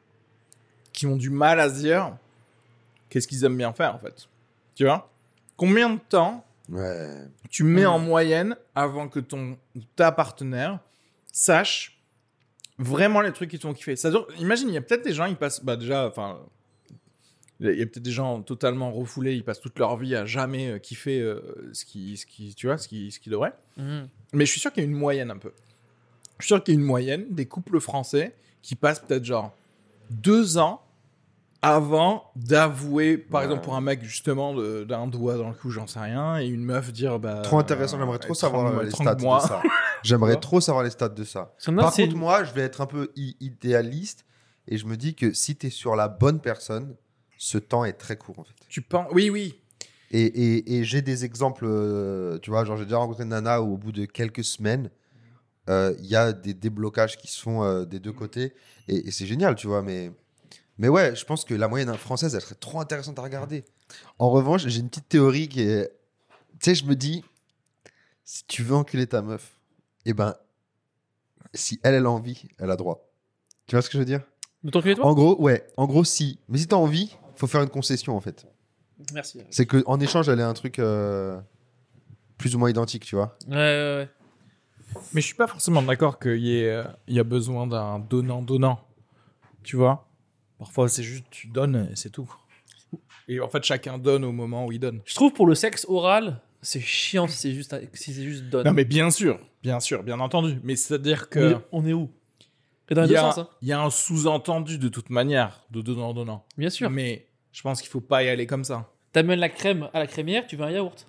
qui ont du mal à se dire qu'est-ce qu'ils aiment bien faire, en fait. Tu vois? Combien de temps Ouais. Tu mets Mmh. en moyenne avant que ton ta partenaire sache vraiment les trucs qui t'ont kiffé. Ça dure, imagine, il y a peut-être des gens, ils passent, bah déjà, enfin, il y a peut-être des gens totalement refoulés, ils passent toute leur vie à jamais euh, kiffer euh, ce qui, ce qui, tu vois, ce qui, ce qui devrait. Mhm. Mais je suis sûr qu'il y a une moyenne un peu. Je suis sûr qu'il y a une moyenne des couples français qui passent peut-être genre deux ans avant d'avouer, par Ouais. exemple pour un mec justement de- d'un doigt dans le cou, j'en sais rien, et une meuf dire bah Trop intéressant, j'aimerais trop euh, savoir trente euh, les trente stats mois. de ça. J'aimerais vois. trop savoir les stats de ça. Parce qu'il y en a, Par c'est- contre, moi, je vais être un peu i- idéaliste et je me dis que si tu es sur la bonne personne, ce temps est très court en fait. Tu penses oui oui. Et, et- et j'ai des exemples, euh, tu vois, genre j'ai déjà rencontré une nana où au bout de quelques semaines, euh, il y a des déblocages qui se font euh, des deux côtés et, et c'est génial, tu vois. Mais, mais ouais, je pense que la moyenne française, elle serait trop intéressante à regarder. En revanche, j'ai une petite théorie qui est, tu sais, je me dis, si tu veux enculer ta meuf, eh ben, si elle, elle a envie, elle a droit. Tu vois ce que je veux dire? De t'enculer toi En gros, ouais, en gros, si. Mais si t'as envie, faut faire une concession en fait. Merci. Ouais, C'est qu'en échange, elle ait un truc euh, plus ou moins identique, tu vois. ouais, ouais. Mais je suis pas forcément d'accord qu'il y ait euh, il y a besoin d'un donnant-donnant. Tu vois? Parfois, c'est juste tu donnes et c'est tout. Et en fait, chacun donne au moment où il donne. Je trouve pour le sexe oral, c'est chiant si c'est juste, si c'est juste donne. Non, mais bien sûr, bien sûr, bien entendu. Mais c'est-à-dire on, que est, on est où? Que dans les il y, deux a- sens, hein. il y a un sous-entendu de toute manière de donnant-donnant. Bien sûr. Mais je pense qu'il faut pas y aller comme ça. T'amènes la crème à la crémière, tu veux un yaourt.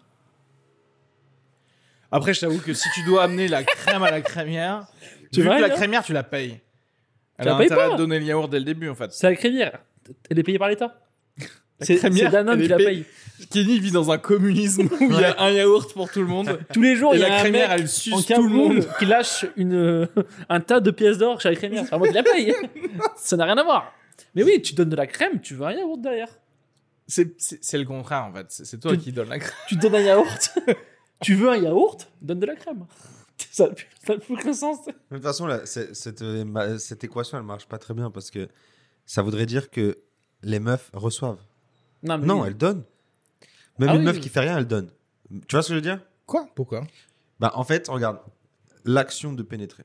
Après, je t'avoue que si tu dois amener la crème à la crémière, Tu vu vas, que la là crémière, tu la payes. Elle Tu a la payes intérêt pas. à te donner le yaourt dès le début, en fait. C'est la crémière. Elle est payée par l'État. La C'est crémière, c'est Danone elle qui est la payée. paye. Kenny vit dans un communisme où il y a un yaourt pour tout le monde. Tous les jours, Et il y a la un crémière, mec elle en suce tout le Cameroun monde. qui lâche une, euh, un tas de pièces d'or chez la crémière. C'est pas moi qui la paye. Ça n'a rien à voir. Mais oui, tu donnes de la crème, tu veux un yaourt derrière. C'est c'est- c'est le contraire, en fait. C'est c'est toi Tu- qui donnes la crème. Tu donnes un yaourt. Tu veux un yaourt, donne de la crème. Ça n'a plus, ça n'a plus aucun sens. De toute façon, là, c'est- cette, euh, ma- cette équation, elle marche pas très bien parce que ça voudrait dire que les meufs reçoivent. Non, mais Non, oui. elles donnent. Même Ah une oui, meuf oui. qui fait rien, elle donne. Tu vois ce que je veux dire? Quoi? Pourquoi? Bah, en fait, regarde, l'action de pénétrer.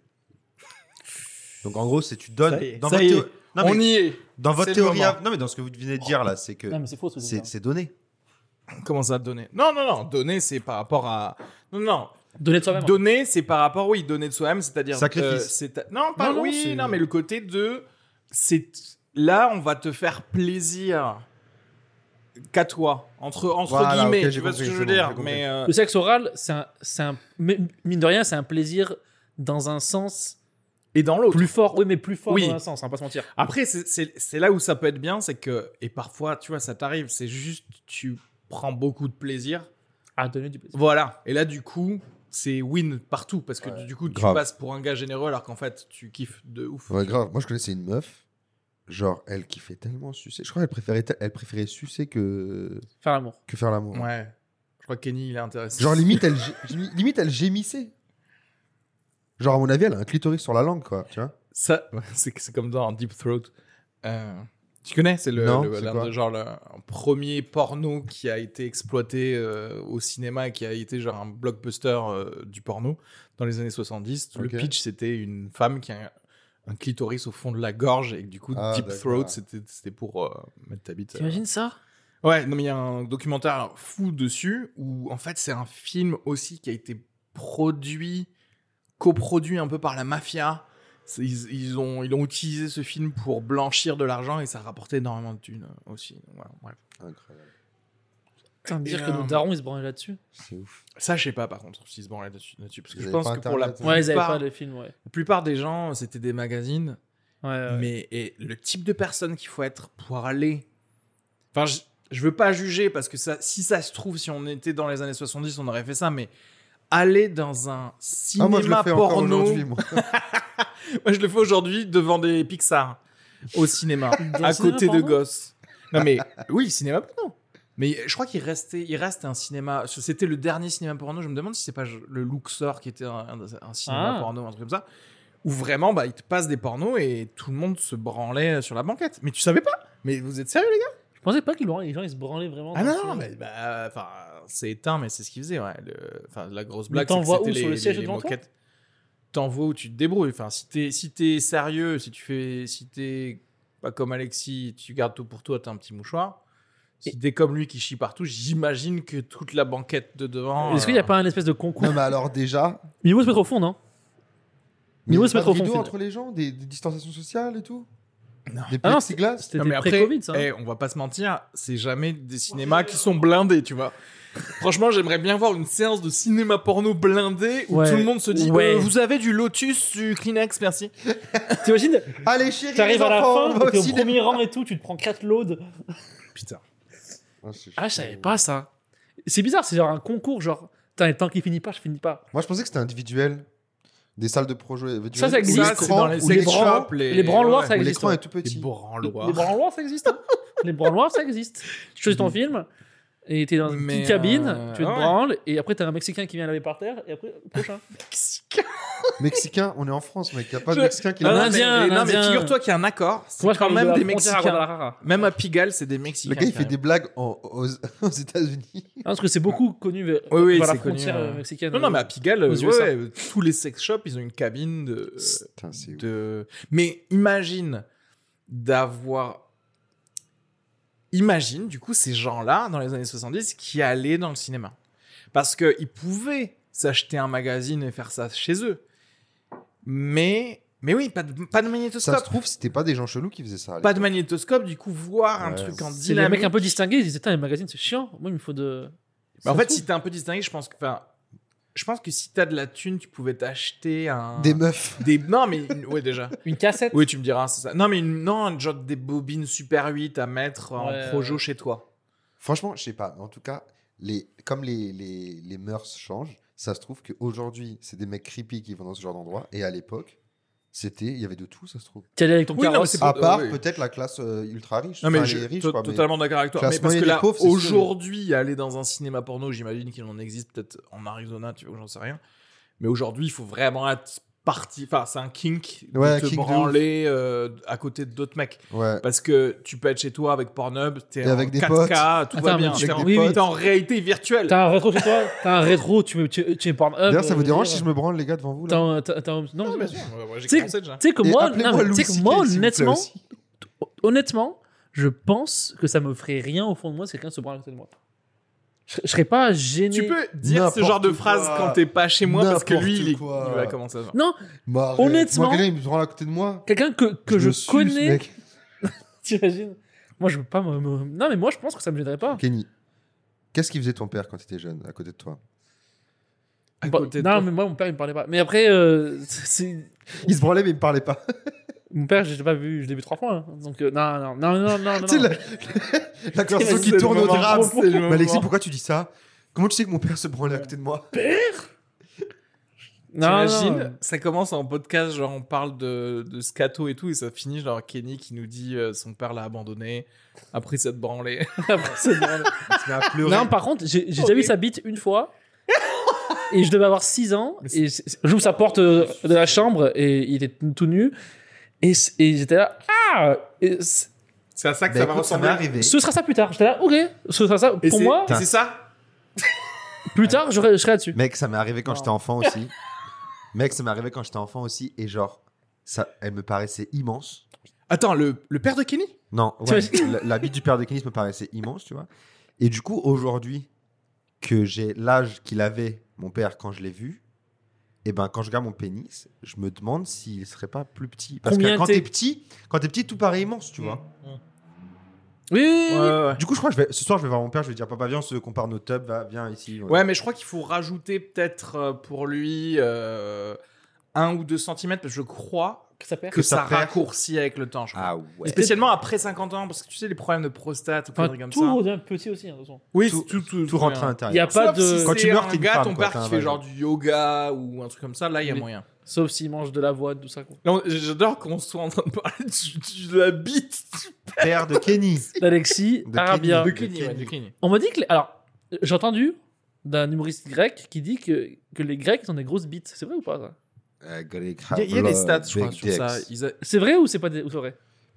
Donc, en gros, c'est tu donnes. Ça y est, dans ça votre y est. théo- Non, On mais y est. dans votre c'est le théorie, moment. à- non, mais dans ce que vous venez de dire là, c'est que Non, mais c'est faux ce que tu c'est dis. c'est donné. Comment ça, donner? Non, non, non. Donner, c'est par rapport à... Non, non. Donner de soi-même. Donner, c'est par rapport, oui, donner de soi-même, c'est-à-dire... Sacrifice. euh, c'est- non, pas... Non, non, oui, c'est- non, mais le côté de... c'est Là, on va te faire plaisir qu'à toi, entre, entre Voilà, guillemets, ok, tu j'ai vois ce que compris, je veux c'est bon, dire. j'ai compris. Mais euh, Le sexe oral, c'est un, c'est un, mine de rien, c'est un plaisir dans un sens et dans l'autre. plus fort. Oui, mais plus fort Oui. dans un sens, on va pas se mentir. Après, c'est- c'est c'est là où ça peut être bien, c'est que... Et parfois, tu vois, ça t'arrive, c'est juste, tu prends beaucoup de plaisir. À donner du plaisir. Voilà. Et là, du coup, c'est win partout, parce que Ouais. du coup, tu Grave. passes pour un gars généreux, alors qu'en fait, tu kiffes de ouf. Ouais, grave. Moi, je connaissais une meuf. Genre, elle kiffait tellement sucer. Je crois qu'elle préférait, te- elle préférait sucer que, Faire l'amour. que faire l'amour. Ouais. Je crois que Kenny, il est intéressé. Genre, limite elle, gé- limite, elle gémissait. Genre, à mon avis, elle a un clitoris sur la langue, quoi. Tu vois? Ça, c'est c'est comme dans Deep Throat. Euh, tu connais? C'est le, Non, le- c'est l'un quoi de- genre le un premier porno qui a été exploité euh, au cinéma et qui a été genre un blockbuster euh, du porno dans les années soixante-dix. Le Ok. pitch, c'était une femme qui a un, un clitoris au fond de la gorge et que, du coup, Ah, Deep d'accord. Throat, c'était c'était pour euh, mettre ta bite. euh, T'imagines ça? Ouais, non, mais il y a un documentaire fou dessus où en fait c'est un film aussi qui a été produit, coproduit un peu par la mafia. C'est- Ils, ils ont, ils ont utilisé ce film pour blanchir de l'argent et ça rapportait énormément de thunes euh, aussi. Donc, voilà, bref. Incroyable. Putain, dire Et, que euh, nos darons ils se branlaient là-dessus. C'est ouf. Ça, je sais pas par contre s'ils se branlaient là-dessus, là-dessus, parce que Ils je avaient pense pas que pour la Internet. Ouais, ils avaient plupart, pas de film, ouais. la plupart des gens, c'était des magazines. Ouais, ouais. Mais et le type de personne qu'il faut être pour aller. Enfin, je, je veux pas juger parce que ça, si ça se trouve, si on était dans les années soixante-dix, on aurait fait ça, mais aller dans un Ah, cinéma moi, je le fais encore porno. aujourd'hui, moi. Moi, je le fais aujourd'hui devant des Pixar au cinéma, Dans à le cinéma côté de porno gosses. Non, mais oui, le cinéma porno. Mais je crois qu'il restait, il reste un cinéma. C'était le dernier cinéma porno. Je me demande si c'est pas le Luxor qui était un, un- un cinéma Ah. porno, un truc comme ça. Où vraiment, bah, ils te passent des pornos et tout le monde se branlait sur la banquette. Mais tu savais pas? Mais vous êtes sérieux, les gars? Je pensais pas que les gens ils se branlaient vraiment. Ah dans non, ce- non, mais bah, enfin, c'est éteint, mais c'est ce qu'ils faisaient, ouais. Le... Enfin, la grosse Mais blague, c'est que t'envoies c'était où, les, sur le siège les, les devant toi moquettes. T'envoies où tu te débrouilles. Enfin, si t'es si t'es sérieux, si tu fais, si t'es pas comme Alexis, tu gardes tout pour toi, t'as un petit mouchoir. Si t'es comme lui qui chie partout, j'imagine que toute la banquette de devant. Est-ce qu'il n'y a euh, pas un espèce de concours Non, mais alors déjà. Mais il faut se mettre au fond, non Mais il faut il y a se pas mettre de au fond. rideaux Phil. entre les gens, des, des distanciations sociales et tout. Non. Des Ah non, plexiglas. C'était Non, mais après, pré-Covid, ça. eh, on va pas se mentir, c'est jamais des cinémas qui sont blindés, tu vois. Franchement, j'aimerais bien voir une séance de cinéma porno blindé où Ouais. tout le monde se dit Ouais. euh, vous avez du Lotus, du Kleenex, merci. T'imagines Allez, chérie, T'arrives les à la enfants, on fin, va au t'es au cinéma. premier rang et tout, tu te prends quatre loads. Putain. Ah, c'est Ah, je chaud. savais pas ça. C'est bizarre, c'est genre un concours, genre, putain, tant qu'il finit pas, je finis pas. Moi, je pensais que c'était individuel. Des salles de projet. Ça, ça existe. Ça, c'est dans les où sex l'écran- shops, les, les branloirs, ça où existe. l'écran ouais. est tout Les petit. branloirs. Les branloirs, ça existe. Hein. Les branloirs, ça existe. Tu choisis ton film, et t'es dans une Mais, petite cabine, euh, tu te ouais. branles, et après t'as un Mexicain qui vient laver par terre, et après, prochain. Mexicain, on est en France, mec. Y a pas de Je- Mexicain qui Un Ah, l'a. non, Indien, mais, un non, mais Indien. figure-toi qu'il y a un accord. C'est Moi, je quand parle même de des la frontière à Mexicains. Guadalajara. Même à Pigalle, c'est des Mexicains. Le gars, il fait quand des blagues en- aux, aux États-Unis. Ah, parce que c'est beaucoup connu vers, Oui, oui, vers la c'est connu, frontière euh. euh, mexicaine. même. Non, non, mais à Pigalle, Aux ouais, U S A. ouais, tous les sex shops, ils ont une cabine de. Putain, c'est ouf. de... Mais imagine d'avoir. Imagine, du coup, ces gens-là, dans les années soixante-dix, qui allaient dans le cinéma. Parce qu'ils pouvaient s'acheter un magazine et faire ça chez eux. Mais, mais oui, pas de, pas de Ça magnétoscope. se trouve, c'était pas des gens chelous qui faisaient ça. à Pas de l'époque. magnétoscope, du coup, voir un Ouais. truc en c'est les dynamique. mecs un peu distingués, ils disaient, putain, les magazines, c'est chiant. Moi, il me faut de. Bah, en Ça fait, se si t'es un peu distingué, je pense que. Enfin, je pense que si t'as de la thune, tu pouvais t'acheter un. Des meufs. Des... Non, mais. une- Ouais, déjà. Une cassette. Oui, tu me diras, c'est ça. Non, mais une... non, genre des bobines Super huit à mettre en Ouais, projo ouais. chez toi. Franchement, je sais pas. En tout cas, les, comme les, les, les mœurs changent, ça se trouve qu'aujourd'hui, c'est des mecs creepy qui vont dans ce genre d'endroit. Et à l'époque, c'était, il y avait de tout, ça se trouve. Tu allais avec ton Oui, non, mais carrosse. c'est À pas- part oui. peut-être la classe euh, ultra riche. Non, mais Enfin, je les riches, to- quoi, mais- totalement d'accord avec toi. classe Mais parce que moyenne et là, pauvre, c'est sûr. aujourd'hui, aller dans un cinéma porno, j'imagine qu'il en existe peut-être en Arizona, tu vois, j'en sais rien. Mais aujourd'hui, il faut vraiment être parti. Enfin, c'est un kink de Ouais, te kink de branler euh, à côté d'autres mecs. Ouais. Parce que tu peux être chez toi avec Pornhub, t'es Et en avec des quatre K, potes. tout va Attends, bien. mais tu- T'es en, oui, oui, oui. t'es en réalité virtuelle. T'as un rétro chez toi T'as un rétro, tu mets, tu, tu mets Pornhub. D'ailleurs, ça euh, vous je dérange veux si dire. je me branle, les gars, devant vous là T'as un- t'as- t'as un- Non, Non, bien je- sûr. Ouais, ouais, j'ai Tu sais- commencé déjà. Tu sais que Et moi, appelez-moi non, mais tu Louis sais que C K, moi, s'il vous plaît, honnêtement, aussi. honnêtement, je pense que ça me ferait rien au fond de moi si quelqu'un se branle à côté de moi. Je, je serais pas gêné. Tu peux dire ce N'importe genre de quoi. phrase quand t'es pas chez moi parce que lui, il, est- N'importe quoi. il va commencer à faire. Non, Bah, arrête. Honnêtement- Moi, quelqu'un, il me branle à côté de moi. quelqu'un que, que je, me suce, connais. mec. T'imagines Moi, je veux pas me, me- Non, mais moi, je pense que ça me gênerait pas. Kenny, qu'est-ce qu'il faisait ton père quand tu étais jeune, à côté de toi? À Bah, côté de non, toi. mais moi, mon père, il me parlait pas. Mais après, euh, c'est. Il se branlait, mais il me parlait pas. Mon père, je l'ai pas vu, je l'ai vu trois fois. hein. Donc, euh, non, non, non, non, non, non. Tu sais, non. la, la conversation C'est qui le tourne au moment, drame. c'est le Mais Alexis, moment. pourquoi tu dis ça? Comment tu sais que mon père se branlait à côté de moi? Non, T'imagines, non. ça commence en podcast, genre on parle de, de scato et tout, et ça finit genre Kenny qui nous dit euh, son père l'a abandonné après s'être branlé. Après, c'est drôle. Il se met à pleurer. Non, par contre, j'ai j'ai déjà vu sa bite une fois. Et je devais avoir six ans. Et c- j'ouvre sa porte euh, de la chambre et il était tout nu. Et, c- et j'étais là. Ah et c- C'est à ça que Bah, ça va écoute, ça m'est ressembler. arrivé. Ce sera ça plus tard. J'étais là, ok. Ce sera ça. Et Pour c'est- moi, et c'est ça. plus tard, j'aurais- je serai là-dessus. Mec, ça m'est arrivé quand Non. j'étais enfant aussi. Mec, ça m'est arrivé quand j'étais enfant aussi. Et genre, ça, elle me paraissait immense. Attends, le, le père de Kenny. Non, Tu ouais, vois- la, la bite du père de Kenny me paraissait immense, tu vois. Et du coup, aujourd'hui, que j'ai l'âge qu'il avait, mon père, quand je l'ai vu, et ben quand je regarde mon pénis, je me demande s'il serait pas plus petit. Parce Combien que quand t'es t'es petit, quand t'es petit, tout paraît immense, tu vois. Oui, oui, oui. Ouais, ouais. Du coup, je crois que je vais, ce soir, je vais voir mon père, je vais dire, papa, viens, on se compare nos tubs, va, viens ici. Ouais, mais je crois qu'il faut rajouter peut-être euh, pour lui euh, un ou deux centimètres, parce que je crois Que ça perd. que, ça, ça perd. raccourcit avec le temps, je crois. Ah ouais. Spécialement après cinquante ans, parce que tu sais, les problèmes de prostate ou Enfin, des trucs comme tout ça. redevient petit aussi, hein, de toute façon. Oui, Tout- tout, tout, Tout rentre à bien. Il y a l'intérieur. pas Sauf de. si Quand c'est tu meurs, un t'es une gars, femme, ton quoi, père t'as qui un fait vagin. genre du yoga ou un truc comme ça, là, il y a Oui. moyen. Sauf s'il mange de l'avoine, tout ça. Quoi. Non, j'adore qu'on soit en train de parler du- de la bite Père de Kenny. D'Alexis, De Arabia. de Kenny. Kenny. ouais, de Kenny. On m'a dit que. les- Alors, j'ai entendu d'un humoriste grec qui dit que, que les Grecs ils ont des grosses bites. C'est vrai ou pas ça Il y, a- il y a des stats, je crois, sur ça. Ils a- C'est vrai ou c'est pas des... ou c'est vrai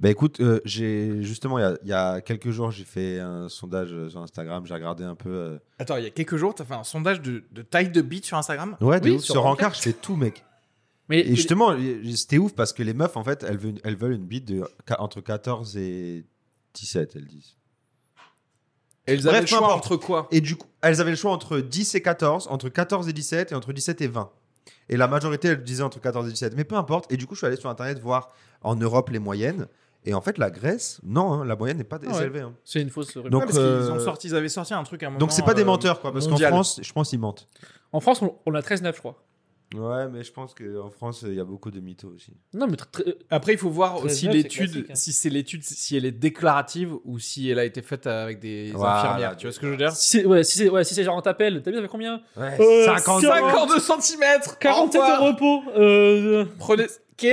Bah écoute, euh, j'ai justement, il y, a, il y a quelques jours, j'ai fait un sondage sur Instagram, j'ai regardé un peu. Euh... Attends, il y a quelques jours, t'as fait un sondage de, de taille de bite sur Instagram? Ouais, de Oui, ouf. sur Sur Rencard. Rencard, je fais tout, mec. Mais Et justement, c'était ouf parce que les meufs, en fait, elles veulent, elles veulent une bite de, entre quatorze et dix-sept, elles disent. Et elles Bref, avaient le peu choix importe. entre quoi? Et du coup, elles avaient le choix entre dix et quatorze, entre quatorze et dix-sept et entre dix-sept et vingt. Et la majorité, elle disait entre quatorze et dix-sept. Mais peu importe. Et du coup, je suis allé sur Internet voir en Europe les moyennes. Et en fait, la Grèce, non, hein, la moyenne n'est pas Ah ouais. élevée. Hein. c'est une fausse rumeur. Donc, Ouais, parce qu'ils euh, ont sorti, ils avaient sorti un truc à un moment. Donc, c'est pas des euh, menteurs, quoi. Parce qu'en mondial. France, je pense qu'ils mentent. En France, on, on a treize neuf, je crois. Ouais, mais je pense qu'en France, il y a beaucoup de mythos aussi. Non, mais très- très- Après, il faut voir treize aussi neuf, c'est l'étude, classique, hein. si c'est l'étude, si elle est déclarative ou si elle a été faite avec des Voilà, infirmières. Tu vois ce que je veux dire? si c'est ouais, si c'est ouais, si c'est genre on t'appelle, t'as vu, ça fait combien? Ouais, Euh, cinquante cinquante-deux centimètres! quarante-sept de repos. Euh, Prenez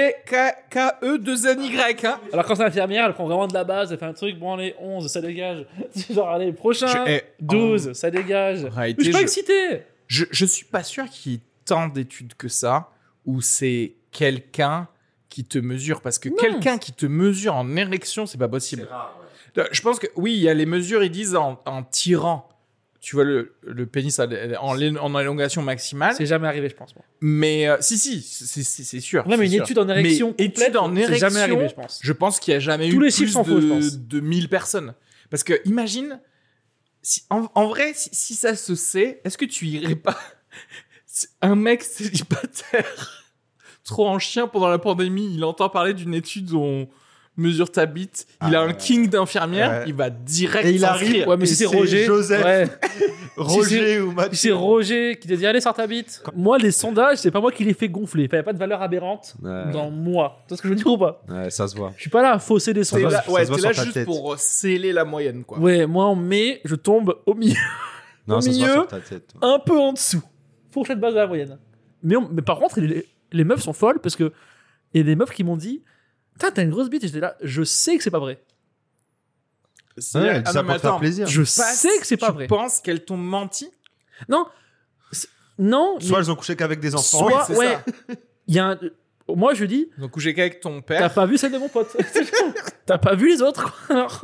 K E deux N Y, hein? Alors quand c'est infirmière, elle prend vraiment de la base, elle fait un truc, bon allez, onze, ça dégage. C'est genre allez, prochain, Je- eh, douze, ça dégage. En Mais réalité, je suis pas je- excité. Je, je suis pas sûr qu'il y ait tant d'études que ça où c'est quelqu'un qui te mesure. Parce que Non. quelqu'un qui te mesure en érection, c'est pas possible. Euh, Je pense que oui, il y a les mesures, ils disent en, en tirant. Tu vois, le, le pénis en, en, en élongation maximale. C'est jamais arrivé, je pense. Moi. Mais euh, si, si, c'est c'est- c'est sûr. Ouais, mais c'est une sûr. étude en érection Mais complète, étude en c'est érection, jamais arrivé, je pense. Je pense qu'il n'y a jamais Tous eu les plus chiffres sont de, faux, je pense. de mille personnes. Parce que imagine, si, en, en vrai, si, si ça se sait, est-ce que tu irais pas un mec célibataire trop en chien pendant la pandémie, il entend parler d'une étude où on mesure ta bite, il Ah, a un ouais. king d'infirmière, Ouais. il va direct Et il s'inscrire. arrive. Ouais, mais Et si c'est c'est Roger, Joseph. ouais. Roger ou Si Mathieu. c'est Roger qui te dit allez, sors ta bite. Moi, les sondages, c'est pas moi qui les fais gonfler. Il n'y a pas de valeur aberrante Ouais. dans moi. Tu vois ce que je veux dire ou pas? Ouais, ça se voit. Je suis pas là à fausser des T'es Ça sondages. là, se ouais, voit t'es sur là ta juste tête. pour sceller la moyenne, quoi. Ouais, moi en mai, je tombe au milieu, Non, Au ça se voit milieu, sur ta tête. toi. un peu en dessous. Fourchette basse de la moyenne. Mais, on- mais par contre, les, les meufs sont folles parce que il y a des meufs qui m'ont dit putain, t'as une grosse bite. Et j'étais là, je sais que c'est pas vrai. C'est- Ouais, elle dit ah ça non, mais pour te faire attends, plaisir. Je Passe, sais que c'est pas tu vrai. penses qu'elles t'ont menti? Non, c'est- non, Soit mais elles ont couché qu'avec des enfants. soit, c'est ouais, ça. il y a un- moi je dis, Ils ont couché qu'avec ton t'as père. pas vu celle de mon pote. T'as pas vu les autres, quoi, alors.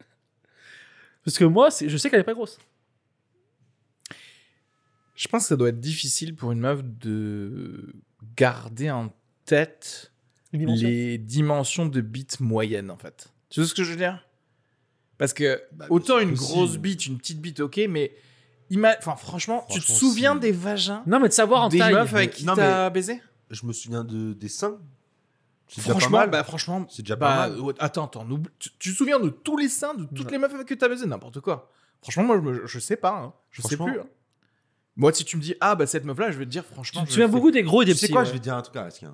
Parce que moi, c'est- je sais qu'elle est pas grosse. Je pense que ça doit être difficile pour une meuf de garder en tête Dimension. les dimensions de bite moyenne, en fait. Tu vois ce que je veux dire? Parce que Bah, autant c'est une possible. grosse bite, une petite bite, ok, mais ima- enfin, franchement, tu te Franchement, souviens si. des vagins Non, mais de savoir en des taille. meufs avec qui Non, t'as baisé? Je me souviens de, des seins. C'est déjà pas Franchement, mal. bah franchement, C'est déjà bah, pas mal. ouais, attends, attends, oublie- tu, tu te souviens de tous les seins de toutes Non. les meufs avec qui t'as baisé, n'importe quoi. Franchement, moi, je, me- je sais pas, hein. Je sais Franchement. plus. hein. Moi, si tu me dis ah bah cette meuf-là, je vais te dire franchement. Tu te je souviens sais- beaucoup des gros et des Tu sais petits. quoi, ouais. je vais te dire un truc à Askien.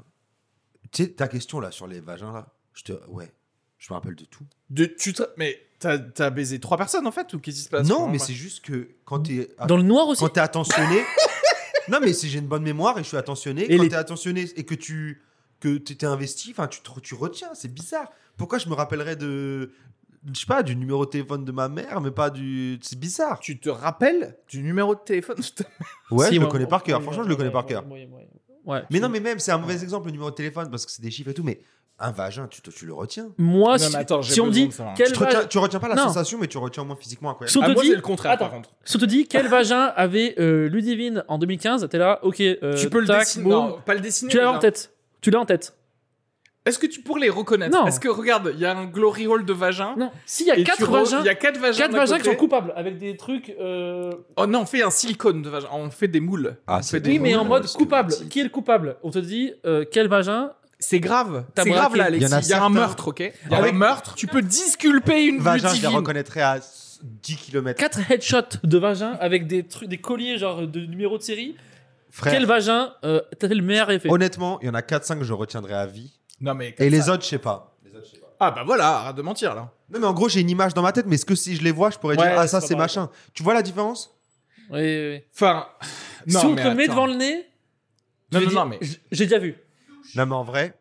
Tu sais, ta question là sur les vagins là, je te. Ouais, je me rappelle de tout. De, tu te- mais t'as, t'as baisé trois personnes en fait ou qu'est-ce qui se passe? non, Comment- mais c'est juste que quand t'es. Dans le noir aussi. Quand t'es attentionné. Non, mais si j'ai une bonne mémoire et je suis attentionné, Et quand les- t'es attentionné et que tu que t'es investi, enfin tu, te- tu retiens, c'est bizarre. Pourquoi je me rappellerais de, je sais pas, du numéro de téléphone de ma mère, mais pas du, c'est bizarre. Tu te rappelles du numéro de téléphone? Ouais, Si, je le moi- connais par cœur. ouais, Franchement, ouais, je le connais ouais, par ouais, cœur. ouais, ouais. Ouais. Mais non, mais même c'est un mauvais exemple le numéro de téléphone parce que c'est des chiffres et tout, mais un vagin, tu, te- tu le retiens. Moi, Non, si, mais attends, j'ai si on me besoin dit de savoir. quel Tu, te retiens, vagin, tu retiens pas la Non. sensation, mais tu retiens au moins physiquement quoi. si on Ah, te moi, dit, c'est le contraire attends, par contre. si on te dit quel vagin avait euh, Ludivine en deux mille quinze, t'es là, ok. euh, Tu peux le tac, dessiner. boum. Non, pas le dessiner. Tu l'as en déjà. tête. Tu l'as en tête. Est-ce que tu pourrais les reconnaître? Non. Est-ce que regarde, il y a un glory hole de vagin. Non. S'il y a et tu quatre re- vagins, Il y a quatre vagins. quatre d'un vagins qui côté. sont coupables avec des trucs. euh, Oh non, on fait un silicone de vagin. On fait des moules. Ah, On c'est fait des des Oui, mais moules. en mode parce que- coupable. Qui est le coupable? On te dit euh, quel vagin. C'est grave. T'as C'est braqué. grave là, Alexis. Il y en a Il y a un certains- meurtre, ok? Il y a Avec- un meurtre. Tu peux disculper une Vagin, je les Ludivine. reconnaîtrais à dix kilomètres. Quatre headshots de vagin avec des trucs, des colliers genre de numéros de série. Frère, Quel vagin euh, t'as fait le meilleur effet? honnêtement, il y en a quatre cinq que je retiendrai à vie. Non mais. Et les autres, je sais pas. Ah bah voilà, arrête de mentir là. Non, mais en gros, j'ai une image dans ma tête, mais est-ce que si je les vois, je pourrais Ouais, dire, ah, c'est ça, pas c'est pareil. machin. Tu vois la différence? Oui, oui, oui. Enfin. Non, si on mais te le met attends. devant le nez, tu Non, lui non, dis, non, mais- j- j'ai déjà vu. Non, mais en vrai,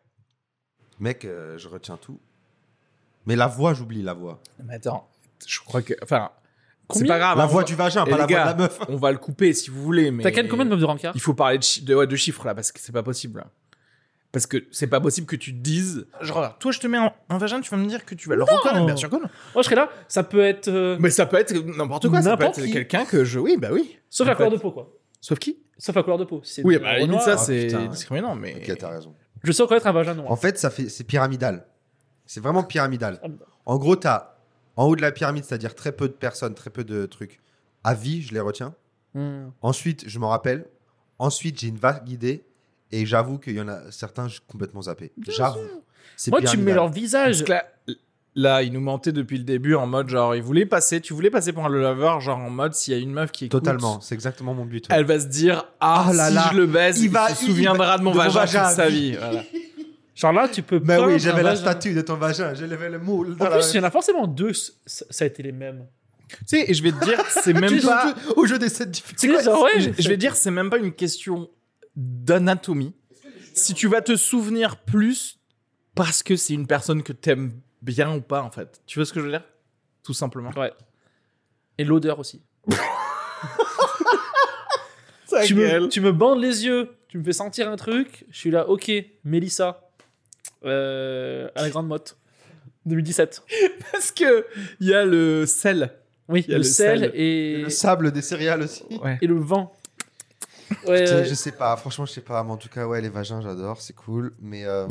mec, euh, je retiens tout. Mais la voix, j'oublie la voix. Mais attends, je crois que. Enfin. C'est Combien pas grave. la hein, voix on du va- vagin, Eh, pas les la gars, voix de la meuf. On va le couper si vous voulez, mais. T'as quand même combien de meufs de rencard? Il faut parler de, chi- de, ouais, de chiffres là parce que c'est pas possible. Parce que c'est pas possible que tu te dises, genre, toi, je te mets un, un vagin, tu vas me dire que tu vas le reconnaître, bien sûr que non. Moi, je serais là, ça peut être. euh, Mais ça peut être n'importe quoi, ça peut N'importe être qui. quelqu'un que je. Oui, bah oui. Sauf Ça la peut couleur de être- peau, quoi. Sauf qui Sauf la couleur de peau. C'est Oui, de- bah, à la au limite, noir. ça, c'est putain. discriminant, mais. Ok, t'as raison. Je sais reconnaître un vagin noir. En fait, ça fait, c'est pyramidal. C'est vraiment pyramidal. Ah, En gros, t'as en haut de la pyramide, c'est-à-dire très peu de personnes, très peu de trucs. À vie, je les retiens. Hmm. Ensuite, je m'en rappelle. Ensuite, j'ai une vague idée. Et j'avoue qu'il y en a certains, j'ai complètement zappé. J'avoue. C'est Moi, tu me mets pyramidal. leur Parce visage. que là, là, il nous mentait depuis le début en mode genre, il voulait passer, tu voulais passer pour le lover, genre en mode s'il y a une meuf qui écoute, Totalement. C'est exactement mon but. elle va se dire ah, Ah là si là, je le baise, il il, va- se souviendra de mon de mon vagin vagin toute à sa vie. vie. Voilà. Genre là, tu peux. Mais peindre oui, j'avais un la vagin. statue de ton vagin. J'avais le moule. dans En la- plus, il y en a forcément deux, c- ça a été les mêmes. Tu sais, et je vais te dire, c'est même Tu sais, pas. Au jeu des sept difficultés. Tu sais, genre, ouais, je, je vais te dire, c'est même pas une question d'anatomie. Si tu vas te souvenir plus parce que c'est une personne que t'aimes bien ou pas, en fait. Tu vois ce que je veux dire? Tout simplement. Ouais. Et l'odeur aussi. Ta Tu me, gueule. tu me bandes les yeux, tu me fais sentir un truc, je suis là, ok, Mélissa, euh, à la Grande Motte, deux mille dix-sept. Parce que il y a le sel. Oui, Il y a le, le sel, sel. et, Le sable des céréales aussi. Ouais. et le vent. Ouais, Je, euh, je sais pas, franchement, je sais pas. Mais en tout cas, ouais, les vagins, j'adore, c'est cool. Mais euh,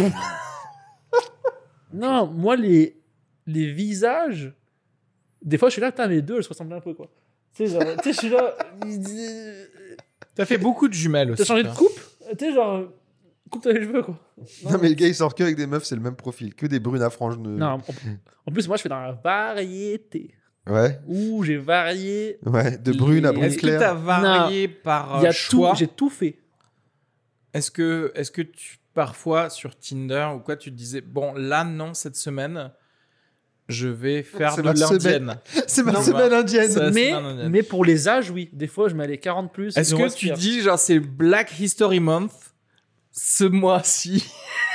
non, moi, les, les visages, des fois, je suis là, putain, mais les deux, elles se ressemblent un peu, quoi. Tu sais, genre, tu sais, je suis là. T'as fait beaucoup de jumelles aussi. T'as changé de toi. coupe? Tu sais, genre, coupe-toi les cheveux, quoi. non, mais le gars, il sort que avec des meufs, c'est le même profil, que des brunes à franges. De... Non, en, en plus, moi, je fais dans la variété. Ouais, Où j'ai varié. ouais, de brune à Les- brune Est-ce que t'as claire. varié par Il y a euh, tout, choix? j'ai tout fait. Est-ce que, est-ce que tu, parfois, sur Tinder ou quoi, tu te disais, bon, là, non, cette semaine, je vais faire C'est de ma l'indienne. C'est ma Non, semaine bah, indienne. ça- mais, non, non, non. mais pour les âges, oui. Des fois, je mets les quarante plus. Est-ce et on que tu respire. dis, genre, c'est Black History Month, ce mois-ci?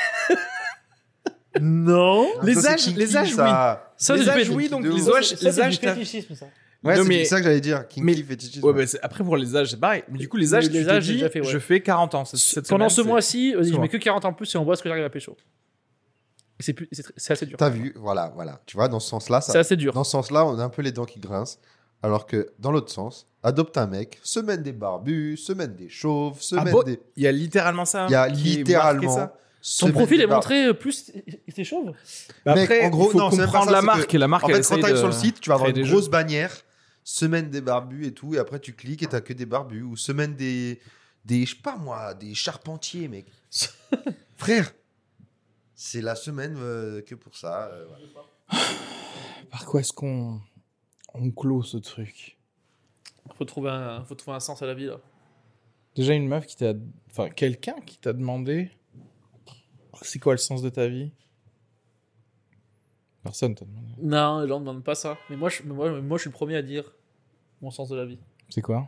Non. Les Ça, c'est âges- kinky, les âges, ça. Ça, les c'est du âges, féti- oui, donc de les ouf. âges, Ça, les c'est âges, du t'as- fétichisme, ça. Ouais, Non, c'est mais- ça que j'allais dire. Kinky mais- fétichisme. Ouais, bah, c'est- après, pour les âges, c'est pareil. Mais du coup, les âges, Mais les tu âges, te j'ai dis, déjà fait, ouais. je fais quarante ans cette, cette Pendant semaine, ce c'est- mois-ci, vas-y, je souvent. mets que quarante en plus et on voit ce que j'arrive à pécho. Et C'est plus- c'est tr- c'est assez dur. T'as vu, voilà, voilà. Tu vois, dans ce sens-là, ça, C'est assez dur. dans ce sens-là, on a un peu les dents qui grincent. Alors que dans l'autre sens, adopte un mec, semaine des barbus, semaine des chauves, Ah semaine bon, des. il y a littéralement ça. Il y a qui est marqué, littéralement. ça. Ton semaine profil des est bar- montré euh, plus. C'est chauve. Bah Mec, après, en gros, il faut non, c'est même pas comprendre ça, la c'est marque. que- Et la marque, En elle fait, quand essaye t'arrives de sur le site, tu vas avoir créer une des grosse jeux. bannière, semaine des barbus et tout, et après tu cliques et t'as que des barbus, ou semaine des, des, je sais pas moi, des charpentiers, mec. Frère, c'est la semaine euh, que pour ça. euh, voilà. Par quoi est-ce qu'on on clôt ce truc? Faut trouver un, faut trouver un sens à la vie là. Déjà une meuf qui t'a, enfin quelqu'un qui t'a demandé, c'est quoi le sens de ta vie? Personne t'a demandé. Non, les gens ne demandent pas ça. Mais moi, je, mais moi, moi, je suis le premier à dire mon sens de la vie. C'est quoi?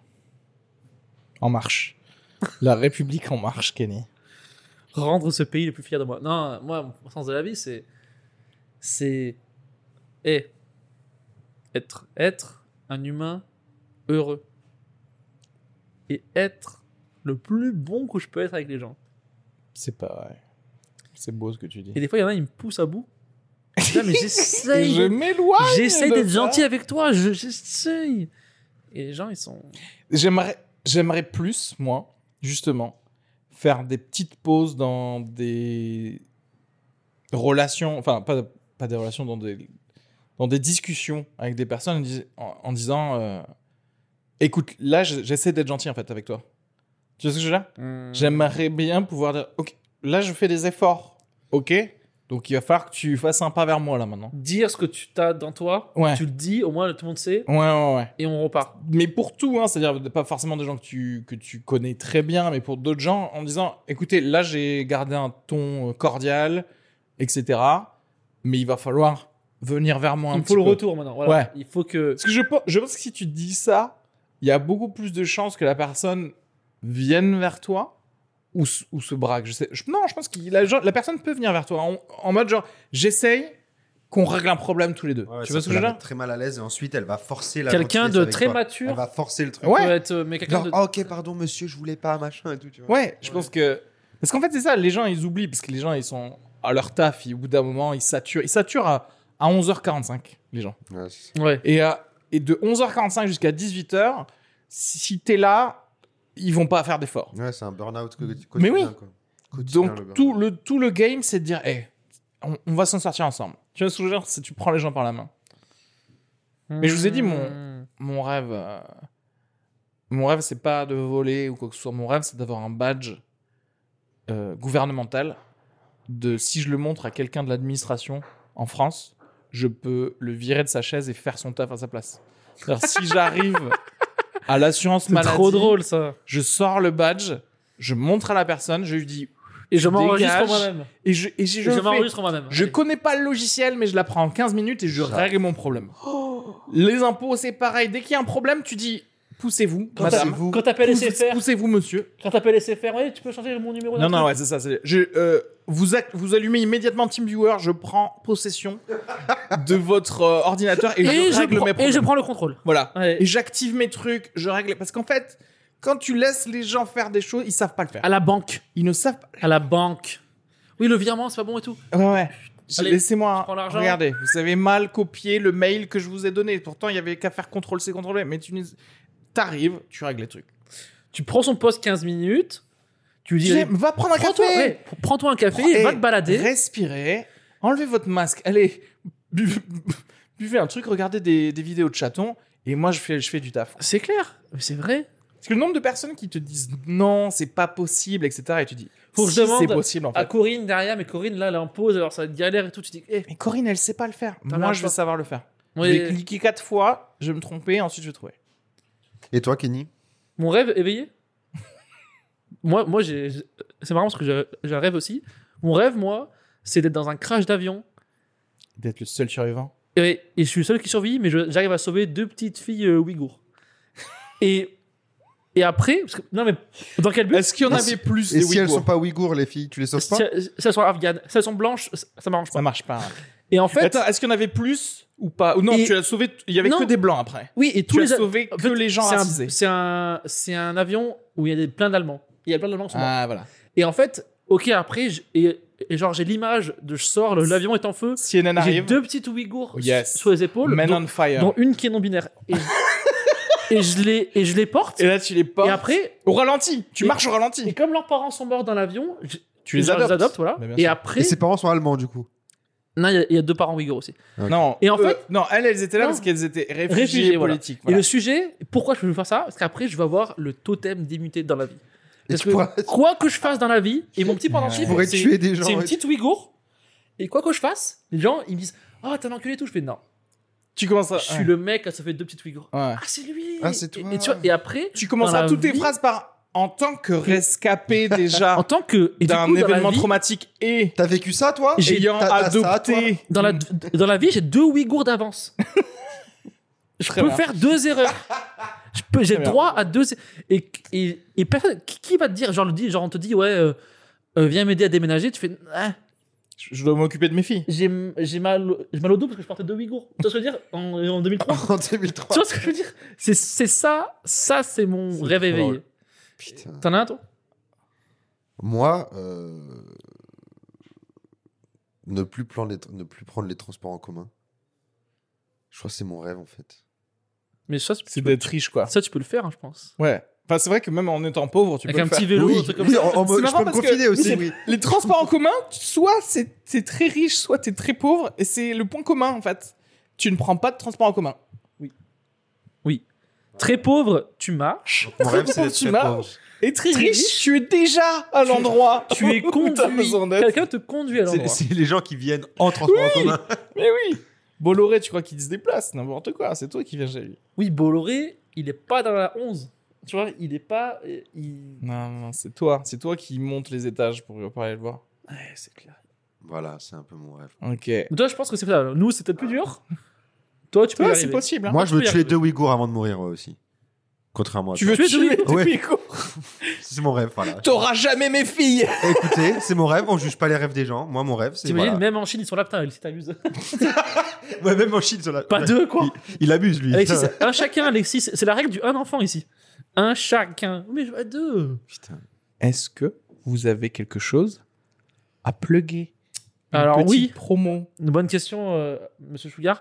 En marche. La République en marche, Kenny. Rendre ce pays le plus fier de moi. Non, moi, mon sens de la vie, c'est, c'est, eh, être, être un humain heureux et être le plus bon que je peux être avec les gens. C'est pas vrai. C'est beau ce que tu dis. Et des fois, il y en a, ils me poussent à bout. Putain, mais j'essaye. Je m'éloigne. J'essaye de d'être ça. gentil avec toi. je- J'essaye. Et les gens, ils sont. J'aimerais, j'aimerais plus, moi, justement, faire des petites pauses dans des relations, enfin, pas, pas des relations, dans des, dans des discussions avec des personnes en, dis- en- en disant euh, écoute, là, je- j'essaie d'être gentil, en fait, avec toi. Tu vois ce que je veux dire? Hmm. J'aimerais bien pouvoir dire ok, là, je fais des efforts, ok? Donc, il va falloir que tu fasses un pas vers moi, là, maintenant. Dire ce que tu as dans toi. Ouais. Tu le dis, au moins tout le monde sait. Ouais, ouais, ouais. Et on repart. Mais pour tout, hein, c'est-à-dire pas forcément des gens que tu, que tu connais très bien, mais pour d'autres gens, en disant, écoutez, là j'ai gardé un ton euh, cordial, et cetera. Mais il va falloir venir vers moi un Il petit faut le peu. retour maintenant. Voilà. Ouais. Il faut que. Parce que je, pense- je pense que si tu dis ça, il y a beaucoup plus de chances que la personne vienne vers toi ou, s- ou se braque. Je sais, je- non, je pense que la, genre- la personne peut venir vers toi en, en mode genre, j'essaye qu'on règle un problème tous les deux. Ouais, tu ça vois ce peut que je veux la dire? mettre très mal à l'aise et ensuite elle va forcer la Quelqu'un gentillesse de avec très toi. mature. Elle va forcer le truc. Ouais. peut être, euh, mais quelqu'un Genre, de. ah, ok, pardon, monsieur, je voulais pas, machin et tout, tu vois. Ouais, je pense que Parce qu'en fait, c'est ça, les gens, ils oublient, parce que les gens, ils sont à leur taf, et au bout d'un moment, ils saturent. Ils saturent à, à onze heures quarante-cinq, les gens. Ouais, c'est ça. Ouais. Et, euh, et de onze heures quarante-cinq jusqu'à dix-huit heures, si, si t'es là, ils vont pas faire d'efforts. Ouais, c'est un burn-out co- quotidien. Mais oui. Quoi. Quotidien, le Donc, burn-out. tout le, tout le game, c'est de dire, hey, on, on va s'en sortir ensemble. Tu vois ce que je veux dire? C'est tu prends les gens par la main. Mais je vous ai dit, mon- Mmh. Mon rêve, euh, mon rêve, c'est pas de voler ou quoi que ce soit. Mon rêve, c'est d'avoir un badge euh, gouvernemental. De si je le montre à quelqu'un de l'administration en France, je peux le virer de sa chaise et faire son taf à sa place. C'est-à-dire, si j'arrive à l'assurance C'est maladie, trop drôle ça. je sors le badge, je montre à la personne, je lui dis Et je m'enregistre dégage. moi-même. et je et je, Et je je le fais. m'enregistre moi-même. Je Allez. connais pas le logiciel, mais je la prends en quinze minutes et je Ça. règle mon problème. Les impôts, c'est pareil. Dès qu'il y a un problème, tu dis poussez-vous, Quand madame. t'appelles- Quand t'appelles S F R, Poussez-vous, monsieur. quand t'appelles S F R, ouais, tu peux changer mon numéro. Non, non, ouais, c'est ça. c'est- Je, euh, vous, ac- vous allumez immédiatement TeamViewer, je prends possession de votre euh, ordinateur et, Et, je je règle prends- mes et problèmes. je prends le contrôle. Voilà. Ouais. Et j'active mes trucs, je règle. Parce qu'en fait, quand tu laisses les gens faire des choses, ils savent pas le faire. À la banque. Ils ne savent pas. À la banque. Oui, le virement, c'est pas bon et tout. Ouais, ouais. Allez, Laissez-moi. je prends l'argent. Regardez, vous avez mal copié le mail que je vous ai donné. Pourtant, il y avait qu'à faire contrôle C, contrôle V. Mais tu n'es- t'arrives, tu règles les trucs. Tu prends son poste quinze minutes. Tu lui dis, Tu dis, allez, va prendre un prends-toi café. ouais, prends-toi un café, Et va te balader. Respirez, enlevez votre masque, allez, bu- buvez un truc, regardez des, des vidéos de chatons, et moi je fais, je fais du taf. C'est clair, mais c'est vrai. Parce que le nombre de personnes qui te disent non, c'est pas possible, et cetera, et tu dis, Faut que je si, demande c'est possible en À fait. Corinne derrière, mais Corinne là, elle est en pause, alors ça va être galère et tout. Tu dis, eh, Mais Corinne, elle sait pas le faire. T'en Moi, as je pas. vais savoir le faire. moi, Je vais cliquer quatre fois, je vais me tromper, ensuite je vais trouver. Et toi, Kenny? mon rêve éveillé. moi, moi j'ai, j'ai- c'est marrant parce que j'ai, j'ai un rêve aussi. Mon rêve, moi, c'est d'être dans un crash d'avion. D'être le seul survivant. Et, et je suis le seul qui survit, mais je- j'arrive à sauver deux petites filles euh, ouïghours. Et, et après, parce que, non mais dans quel but? Est-ce qu'il y en Et avait si- plus Et des si elles Ouïghours sont pas ouïghours, les filles, tu les sauves Si, pas? si elles sont afghanes, si elles sont blanches, ça, ça m'arrange pas. Ça marche pas. Et en fait, Attends, est-ce qu'il y en avait plus ou pas? Ou non, Et- tu as sauvé, il y avait Non. que des blancs après. oui, et tous Tu as les a- sauvé en que fait, les gens c'est un, racisés. c'est un, c'est un avion où il y a des, plein d'Allemands. Il y a plein d'Allemands qui sont morts. Ah, voilà. Et en fait, ok, après, je- et, et genre j'ai l'image de je sors, le- l'avion est en feu. C N N J'ai arrive. deux petites ouïghours Oh, yes. sur les épaules, Men dont, on fire. dont une qui est non binaire. Et, et je les et je les porte. Et là, tu les portes. Et après, Au ralenti. Tu Et- marches au ralenti. et comme leurs parents sont morts dans l'avion, je- Tu les genre, je adoptes. voilà. Bah, bien Et sûr. après, Et ses parents sont allemands, du coup. non, il y a- il y, a deux parents ouïghours aussi. Non. Et en eux- fait- non, elles, elles étaient là Non. parce qu'elles étaient réfugiées, Réfugiés, voilà. politiques. Et Voilà. le sujet, pourquoi je veux faire ça? Parce qu'après, je vais avoir le totem d'immunité dans la vie. Et Parce tu que pourras- quoi que je fasse dans la vie, et mon petit pendentif, Tu pourrais c'est tuer des gens. c'est une ouais. petite ouïghour. Et quoi que je fasse, les gens, ils me disent, oh, t'es un enculé et tout. Je fais, non. Tu commences à. Je suis le mec à se fait deux petites ouïghours. Ouais. Ah, c'est lui. Ah, c'est Et- toi. Et, tu vois, et après, Tu commences dans à la toutes tes vie- phrases par en tant que rescapé déjà en tant que et du d'un coup, dans la événement vie- traumatique et T'as vécu ça, toi? J'ai- ayant t'as- t'as ça, toi adopté. dans la dans la vie, j'ai deux ouïghours d'avance. Je Très peux bien. faire deux erreurs. Je peux, j'ai Très bien. droit à deux et et, et personne qui, qui va te dire genre le dit genre on te dit ouais euh, euh, viens m'aider à déménager, tu fais ah, Je je dois m'occuper de mes filles. j'ai j'ai mal j'ai mal au dos parce que je portais deux ouïghours. Tu vois ce que je veux dire en, en deux mille trois. En deux mille trois. Tu vois ce que je veux dire? C'est c'est ça, ça c'est mon C'est rêve trop éveillé. drôle. Putain. T'en as un toi? Moi, euh, ne, plus prendre les, ne plus prendre les transports en commun. Je crois que c'est mon rêve, en fait. Mais ça tu C'est peux, d'être riche, quoi. ça tu peux le faire hein, je pense. Ouais. Enfin, c'est vrai que même en étant pauvre, tu Avec peux un le faire. petit vélo, oui, un truc comme oui, ça. en- en C'est mode- je marrant peux me parce que- confiner aussi, c'est- oui. Les transports en commun, soit c'est t'es très riche, soit t'es très pauvre, et c'est le point commun en fait. Tu ne prends pas de transport en commun. Très pauvre, tu marches. Mon rêve, pauvre, c'est d'être tu très marches. pauvre. Et très, Très riche, riche. tu es déjà à l'endroit. Tu es où t'as conduit. besoin d'être. Quelqu'un te conduit à C'est l'endroit. c'est les gens qui viennent en transport en commun. Mais oui. Bolloré, tu crois qu'il se déplace, n'importe quoi. C'est toi qui viens chez lui. Oui, Bolloré, il est pas dans la onze. Tu vois, il est pas. euh, Il... Non, non, c'est toi. C'est toi qui montes les étages pour, pour aller le voir. Ouais, c'est clair. Voilà, c'est un peu mon rêve. Ok. Mais toi, je pense que c'est ça. Nous, c'est peut-être plus dur. Toi, tu peux y Toi, c'est arriver. possible. hein. Moi, je veux peux y tuer arriver. deux Ouïghours avant de mourir, ouais, aussi. Contrairement à Tu toi. veux Tu veux tuer tuer tes Ouais. Ouïghours. C'est mon rêve, voilà. T'auras jamais mes filles. Écoutez, c'est mon rêve, on juge pas les rêves des gens. Moi, mon rêve, c'est. T'imagines, Voilà. même en Chine, ils sont là, putain, si t'amuses. Ouais, même en Chine, sur la... Pas deux, quoi. Il, il abuse, lui. Alexis, c'est un chacun, Alexis. C'est la règle du un enfant ici. Un chacun. Mais je veux deux. Putain. Est-ce que vous avez quelque chose à plugger? Une Alors petite oui. promo. Une bonne question, euh, Monsieur Sugar.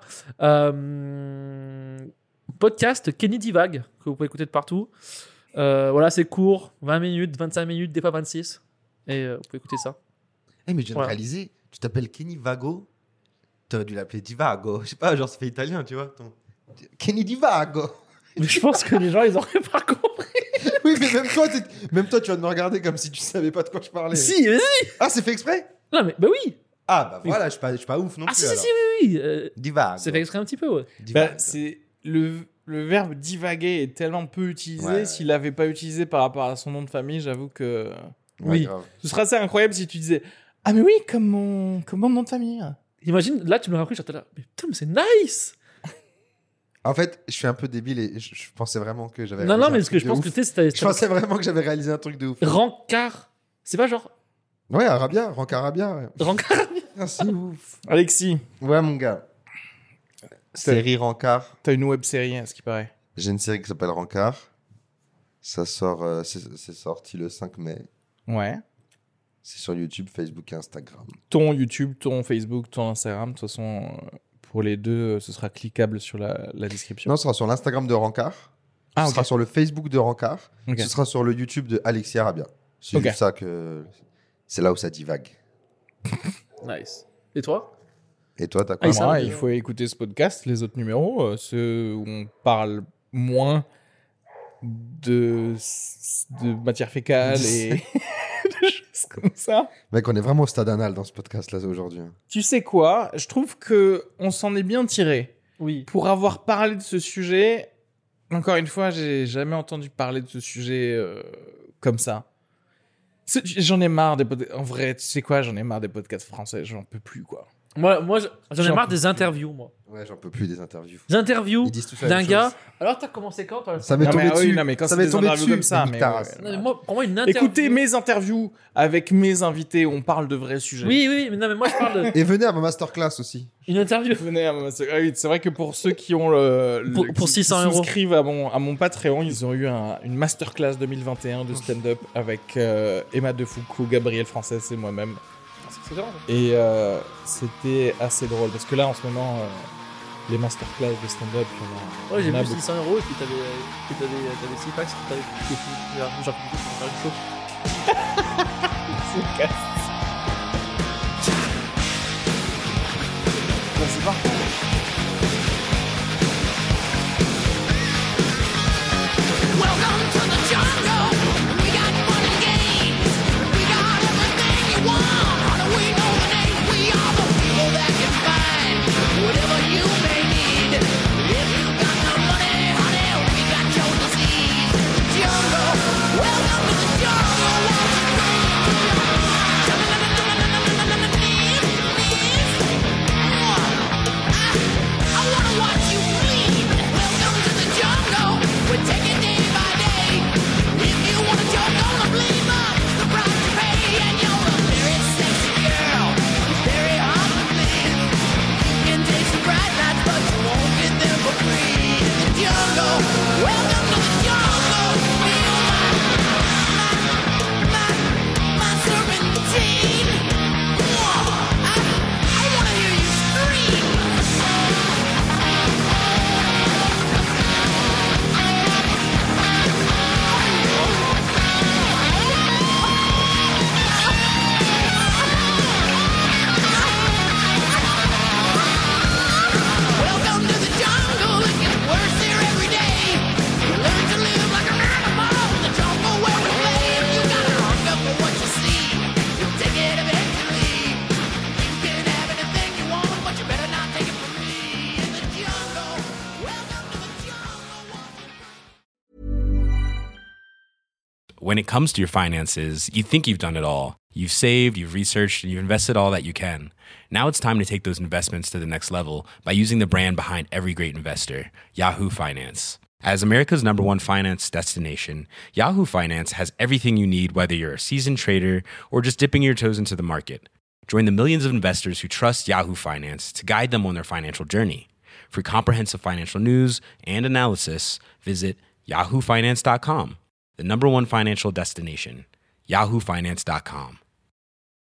Euh, podcast Kenny Divague, que vous pouvez écouter de partout. Euh, voilà, c'est court, vingt minutes, vingt-cinq minutes, des fois vingt-six. Et euh, vous pouvez écouter ça. Eh, mais je viens Voilà. de réaliser, tu t'appelles Kenny Vago. T'aurais dû l'appeler Divago. Je sais pas, genre, ça fait italien, tu vois. Ton... Kenny Divago. Mais je pense que les gens, ils auraient pas compris. Oui, mais même toi, t'es- même toi, tu vas me regarder comme si tu savais pas de quoi je parlais. Si, vas-y. Ah, c'est fait exprès? Non, mais bah oui. Ah, bah voilà, je suis pas, je suis pas ouf non Ah, plus. si, si, alors. si, oui, oui. Euh, Divago. c'est fait exprès un petit peu, ouais. Divago. Bah, c'est le, le verbe divaguer est tellement peu utilisé. Ouais. S'il l'avait pas utilisé par rapport à son nom de famille, j'avoue que Ouais, oui. grave. Ce serait assez incroyable si tu disais ah mais oui comme mon comme mon nom de famille. Imagine, là, tu me l'as appris, j'étais là. Mais putain, mais c'est nice. En fait, je suis un peu débile et je, je pensais vraiment que j'avais. Non, réalisé non, un mais parce que truc je de pense ouf. que tu sais, c'était. Je pensais vraiment que j'avais réalisé un truc de ouf. Rancard. C'est pas genre. Ouais, Arabia, Rank Arabia. Ouais. Rancard. Ah, c'est ouf. Alexis, Ouais, mon gars. Série Rancard. t'as une web série à ce qui paraît. J'ai une série qui s'appelle Rancard. Ça sort, euh, c'est c'est sorti le cinq mai. Ouais. C'est sur YouTube, Facebook et Instagram. Ton YouTube, ton Facebook, ton Instagram, de toute façon euh, pour les deux, euh, ce sera cliquable sur la, la description. Non, ce sera sur l'Instagram de Rancard. Ah, ce ok. sera sur le Facebook de Rancard. Ok. Ce sera sur le YouTube de Alexis Arabia. C'est Ok. juste ça que. C'est là où ça divague. Nice. Et toi? Et toi, t'as Ah, quoi il s'en- Moi, ça, il euh, faut écouter ce podcast, les autres numéros, euh, ceux où on parle moins de, de matière fécale et de choses comme ça. Mec, on est vraiment au stade anal dans ce podcast-là aujourd'hui. Tu sais quoi? Je trouve que on s'en est bien tiré. Oui. Pour avoir parlé de ce sujet, encore une fois, j'ai jamais entendu parler de ce sujet euh, comme ça. C'est- J'en ai marre des podcasts. En vrai, tu sais quoi? J'en ai marre des podcasts français. J'en peux plus, quoi. Moi, moi je- j'en ai J'en marre peux des interviews, moi. Ouais, j'en peux plus des interviews. Des interviews Ils disent tous la d'un même gars. chose. Alors, t'as commencé quand, toi? Ça m'est Non, tombé mais, ah oui, dessus. non, mais quand ça c'est m'est des tombé interviews dessus. comme ça, nique mais ta ouais, race. ouais. Non, mais moi, pour moi, une interview. Écoutez mes interviews avec mes invités, on parle de vrais sujets. Oui, oui, mais non, mais moi, je parle de. Et venez à ma masterclass aussi. Une interview. Venez à ma- c'est ah oui, c'est vrai que pour ceux qui ont le, le- Pour- pour qui- six cents qui euros. souscrivent à mon à mon Patreon, ils ont eu un- une masterclass deux mille vingt et un de stand-up avec euh, Emma Defoucault, Gabriel Frances et moi-même. C'est grave. Et euh, c'était assez drôle parce que là en ce moment euh, les masterclass de stand-up, il y en a- Ouais, j'ai il y en a vu beaucoup. six cents euros et puis t'avais, puis t'avais, t'avais six packs qui t'avaient qui étaient genre, genre, pour faire une chose. C'est casse. Bon, c'est parfait. Welcome to the jungle. We got fun and games. We got everything you want. How do we know the name? We are the people that can find whatever you may need. If you got no money, honey, we got your disease. Jungle. Welcome to the jungle. Won't you I, I wanna watch you bleed. Welcome to the jungle. We're taking day by day. If you wanna joke on the bleed up, the price to pay, and you're a very sexy girl. It's very hard to please. You can take some bright nights, but you won't get them for free. In the jungle, welcome to the jungle. Feel my, my, my, my serpentine. Whoa, I, I wanna hear you scream. Welcome to the jungle, it gets worse here every day. You learn to live like an animal in the jungle where we play. If you gotta hung up for what you see, you'll take it eventually. You can have anything you want, but you better not take it from me. In the jungle, welcome to the jungle. When it comes to your finances, you think you've done it all. You've saved, you've researched, and you've invested all that you can. Now it's time to take those investments to the next level by using the brand behind every great investor, Yahoo Finance. As America's number one finance destination, Yahoo Finance has everything you need, whether you're a seasoned trader or just dipping your toes into the market. Join the millions of investors who trust Yahoo Finance to guide them on their financial journey. For comprehensive financial news and analysis, visit yahoo finance dot com, the number one financial destination, yahoo finance dot com.